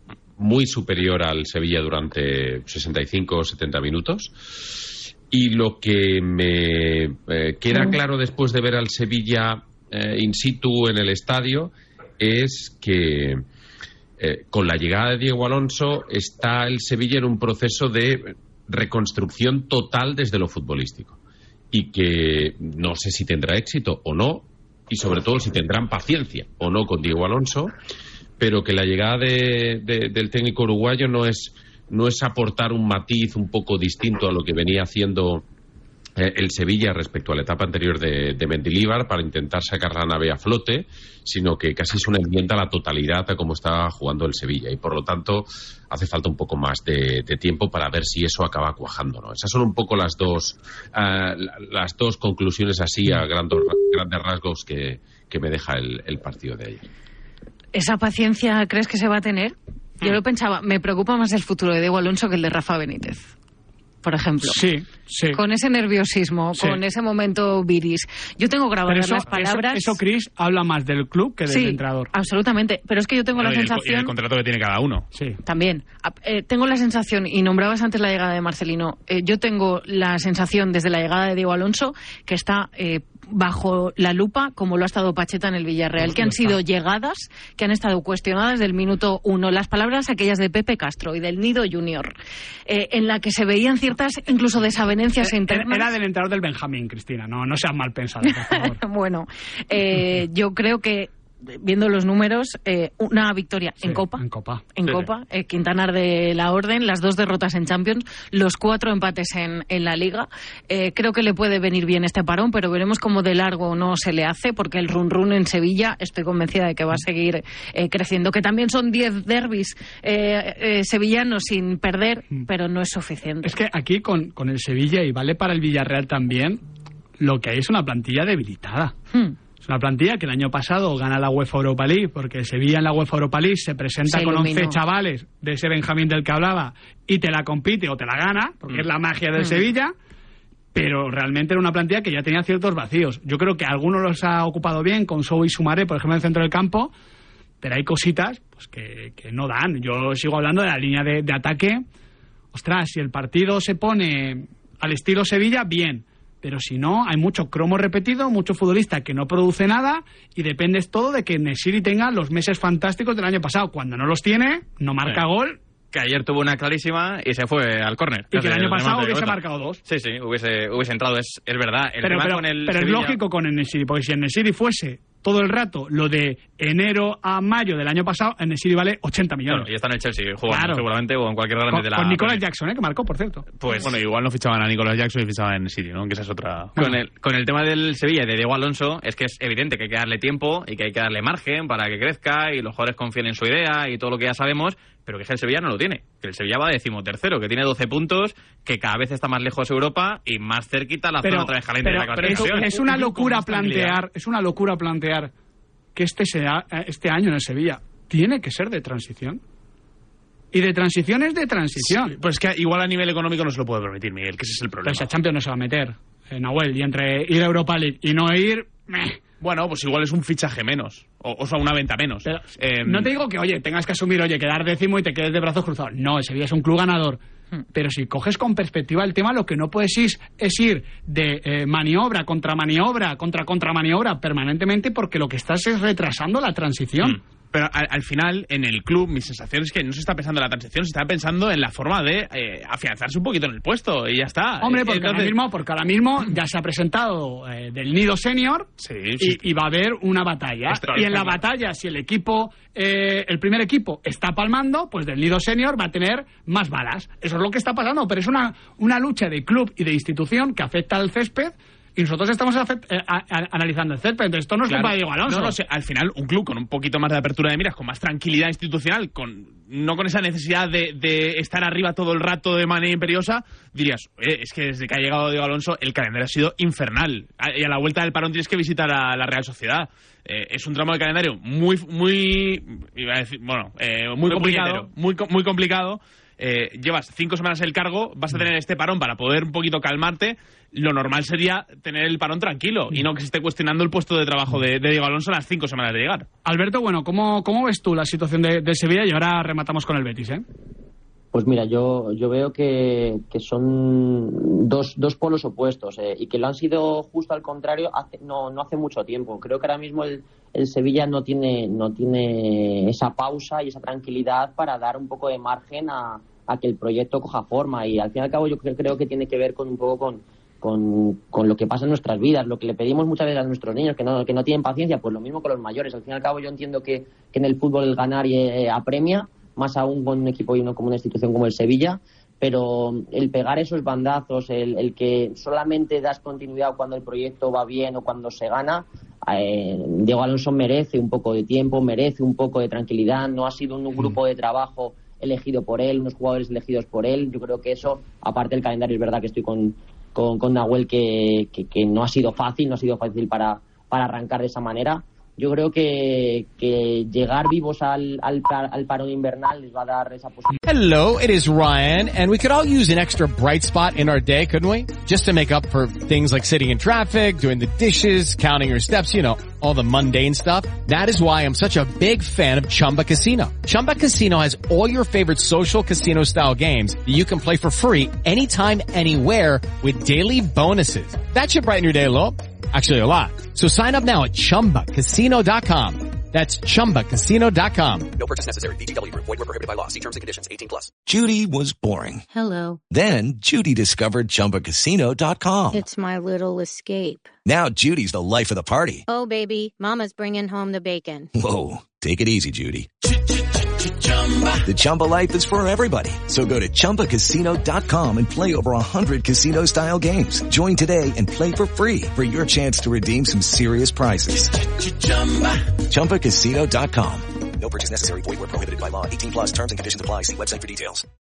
S17: muy superior al Sevilla durante sesenta y cinco o setenta minutos, y lo que me eh, queda claro después de ver al Sevilla eh, in situ en el estadio es que eh, con la llegada de Diego Alonso está el Sevilla en un proceso de reconstrucción total desde lo futbolístico, y que no sé si tendrá éxito o no, y sobre todo si tendrán paciencia o no con Diego Alonso, pero que la llegada de, de, del técnico uruguayo no es no es aportar un matiz un poco distinto a lo que venía haciendo eh, el Sevilla respecto a la etapa anterior de, de Mendilibar para intentar sacar la nave a flote, sino que casi es una enmienda a la totalidad a cómo está jugando el Sevilla, y por lo tanto hace falta un poco más de, de tiempo para ver si eso acaba cuajando, ¿no? Esas son un poco las dos uh, las dos conclusiones así a grandes, grandes rasgos que, que me deja el, el partido de ayer.
S16: ¿Esa paciencia crees que se va a tener? Yo lo pensaba, me preocupa más el futuro de Diego Alonso que el de Rafa Benítez, por ejemplo.
S5: Sí, sí.
S16: Con ese nerviosismo, sí. Con ese momento viris. Yo tengo grabadas
S5: eso,
S16: las palabras...
S5: Eso, eso, Chris, habla más del club que del
S16: sí,
S5: entrenador.
S16: Absolutamente. Pero es que yo tengo bueno, la sensación...
S4: Y el, el contrato que tiene cada uno.
S5: Sí.
S16: También. Eh, tengo la sensación, y nombrabas antes la llegada de Marcelino, eh, yo tengo la sensación desde la llegada de Diego Alonso que está... Eh, bajo la lupa, como lo ha estado Pacheta en el Villarreal, que han sido llegadas, que han estado cuestionadas del minuto uno. Las palabras aquellas de Pepe Castro y del Nido Junior, eh, en la que se veían ciertas incluso desavenencias
S5: era,
S16: internas.
S5: Era del entrenador del Benjamín, Cristina, no, no seas mal pensada, por favor.
S16: Bueno, eh, yo creo que viendo los números, eh, una victoria
S5: sí,
S16: en Copa,
S5: en Copa,
S16: en
S5: sí,
S16: Copa eh, Quintanar de la Orden, las dos derrotas en Champions, los cuatro empates en, en la Liga. Eh, creo que le puede venir bien este parón, pero veremos cómo de largo no se le hace, porque el run run en Sevilla estoy convencida de que va a seguir eh, creciendo, que también son diez derbis eh, eh, sevillanos sin perder, pero no es suficiente.
S5: Es que aquí con, con el Sevilla, y vale para el Villarreal también, lo que hay es una plantilla debilitada. Hmm. Es una plantilla que el año pasado gana la UEFA Europa League, porque Sevilla en la UEFA Europa League se presenta se con once chavales de ese Benjamín del que hablaba y te la compite o te la gana, porque mm. es la magia del mm. Sevilla, pero realmente era una plantilla que ya tenía ciertos vacíos. Yo creo que algunos los ha ocupado bien, con Sou y Sumaré, por ejemplo, en el centro del campo, pero hay cositas pues que, que no dan. Yo sigo hablando de la línea de, de ataque. Ostras, si el partido se pone al estilo Sevilla, bien. Pero si no, hay mucho cromo repetido, mucho futbolista que no produce nada y dependes todo de que Nesiri tenga los meses fantásticos del año pasado. Cuando no los tiene, no marca sí. gol.
S18: Que ayer tuvo una clarísima y se fue al córner.
S5: Y que el año pasado hubiese marcado dos.
S18: Sí, sí, hubiese, hubiese entrado, es, es verdad. El
S5: pero
S18: tema
S5: pero,
S18: con el
S5: pero es lógico con el Nesiri, porque si el Nesiri fuese todo el rato lo de enero a mayo del año pasado, el Nesiri vale ochenta millones.
S18: Claro, y está en el Chelsea jugando
S5: claro.
S18: seguramente o en cualquier grande
S5: con,
S18: de la...
S5: Con Nicolas Jackson, ¿eh? Que marcó, por cierto.
S4: Pues bueno, igual no fichaban a Nicolas Jackson y fichaban en Nesiri, ¿no? Que esa es otra...
S18: Con el, con el tema del Sevilla y de Diego Alonso, es que es evidente que hay que darle tiempo y que hay que darle margen para que crezca y los jugadores confíen en su idea y todo lo que ya sabemos, pero que el Sevilla no lo tiene. Que el Sevilla va decimotercero, que tiene doce puntos, que cada vez está más lejos de Europa y más cerquita la
S5: pero,
S18: zona otra vez caliente
S5: pero,
S18: de la
S5: pero
S18: clasificación.
S5: Es, es una locura plantear, es una locura plantear que este sea este año en el Sevilla tiene que ser de transición. Y de transición es de transición.
S4: Sí, pues que igual a nivel económico no se lo puede permitir, Miguel, que ese es el problema.
S5: Pero esa Champions no se va a meter, eh, Nahuel, y entre ir a Europa League y no ir... Meh.
S4: Bueno, pues igual es un fichaje menos, o, o sea, una venta menos.
S5: Pero,
S4: eh,
S5: no te digo que, oye, tengas que asumir, oye, quedar décimo y te quedes de brazos cruzados. No, el Sevilla es un club ganador. Hmm. Pero si coges con perspectiva el tema, lo que no puedes ir, es ir de eh, maniobra contra maniobra, contra contra maniobra permanentemente, porque lo que estás es retrasando la transición.
S4: Hmm. Pero al, al final, en el club, mi sensación es que no se está pensando en la transición, se está pensando en la forma de eh, afianzarse un poquito en el puesto y ya está.
S5: Hombre, porque,
S4: Entonces...
S5: ahora, mismo, porque ahora mismo ya se ha presentado eh, del nido senior
S4: sí, sí.
S5: Y, y va a haber una batalla. Está, y en la batalla, si el equipo, eh, el primer equipo está palmando, pues del nido senior va a tener más balas. Eso es lo que está pasando, pero es una, una lucha de club y de institución que afecta al césped. Y nosotros estamos a, a, a, analizando el césped, entonces esto no es claro. culpa de Diego Alonso.
S4: No, no sé, al final un club con un poquito más de apertura de miras, con más tranquilidad institucional, con no con esa necesidad de, de estar arriba todo el rato de manera imperiosa, dirías, eh, es que desde que ha llegado Diego Alonso el calendario ha sido infernal. Y a la vuelta del parón tienes que visitar a la Real Sociedad. Eh, es un tramo de calendario muy, muy, iba a decir, bueno, eh, muy, muy complicado, muy, muy complicado. Eh, llevas cinco semanas el cargo, vas a tener este parón para poder un poquito calmarte. Lo normal sería tener el parón tranquilo y no que se esté cuestionando el puesto de trabajo de, de Diego Alonso a las cinco semanas de llegar.
S5: Alberto, bueno, ¿cómo, cómo ves tú la situación de, de Sevilla? Y ahora rematamos con el Betis, ¿eh?
S3: Pues mira, yo, yo veo que, que son dos, dos polos opuestos eh, y que lo han sido justo al contrario hace, no, no hace mucho tiempo. Creo que ahora mismo el, el Sevilla no tiene, no tiene esa pausa y esa tranquilidad para dar un poco de margen a, a que el proyecto coja forma, y al fin y al cabo yo creo que tiene que ver con un poco con, con, con lo que pasa en nuestras vidas, lo que le pedimos muchas veces a nuestros niños, que no, que no tienen paciencia, pues lo mismo con los mayores. Al fin y al cabo yo entiendo que, que en el fútbol el ganar eh, apremia, más aún con un equipo y no como una institución como el Sevilla, pero el pegar esos bandazos, el, el que solamente das continuidad cuando el proyecto va bien o cuando se gana, eh, Diego Alonso merece un poco de tiempo, merece un poco de tranquilidad. No ha sido un grupo de trabajo elegido por él, unos jugadores elegidos por él. Yo creo que eso, aparte del calendario, es verdad que estoy con, con, con Nahuel, que, que, que no ha sido fácil, no ha sido fácil para, para arrancar de esa manera. Yo creo que, que llegar vivos al, al, al parón invernal les va a dar esa posibilidad.
S6: Hello, it is Ryan, and we could all use an extra bright spot in our day, couldn't we? Just to make up for things like sitting in traffic, doing the dishes, counting your steps, you know, all the mundane stuff. That is why I'm such a big fan of Chumba Casino. Chumba Casino has all your favorite social casino-style games that you can play for free anytime, anywhere with daily bonuses. That should brighten your day a little. Actually, a lot. So sign up now at chumba casino dot com. That's chumba casino dot com.
S20: No purchase necessary. V G W Group. Void where prohibited by law. See terms and conditions. eighteen plus. Judy was boring.
S21: Hello.
S20: Then Judy discovered chumba casino dot com.
S21: It's my little escape.
S20: Now Judy's the life of the party.
S21: Oh, baby, mama's bringing home the bacon.
S20: Whoa, take it easy, Judy. The Chumba life is for everybody. So go to chumba casino dot com and play over one hundred casino-style games. Join today and play for free for your chance to redeem some serious prizes. chumba casino dot com. No purchase necessary. Void where prohibited by law. eighteen plus terms and conditions apply. See website for details.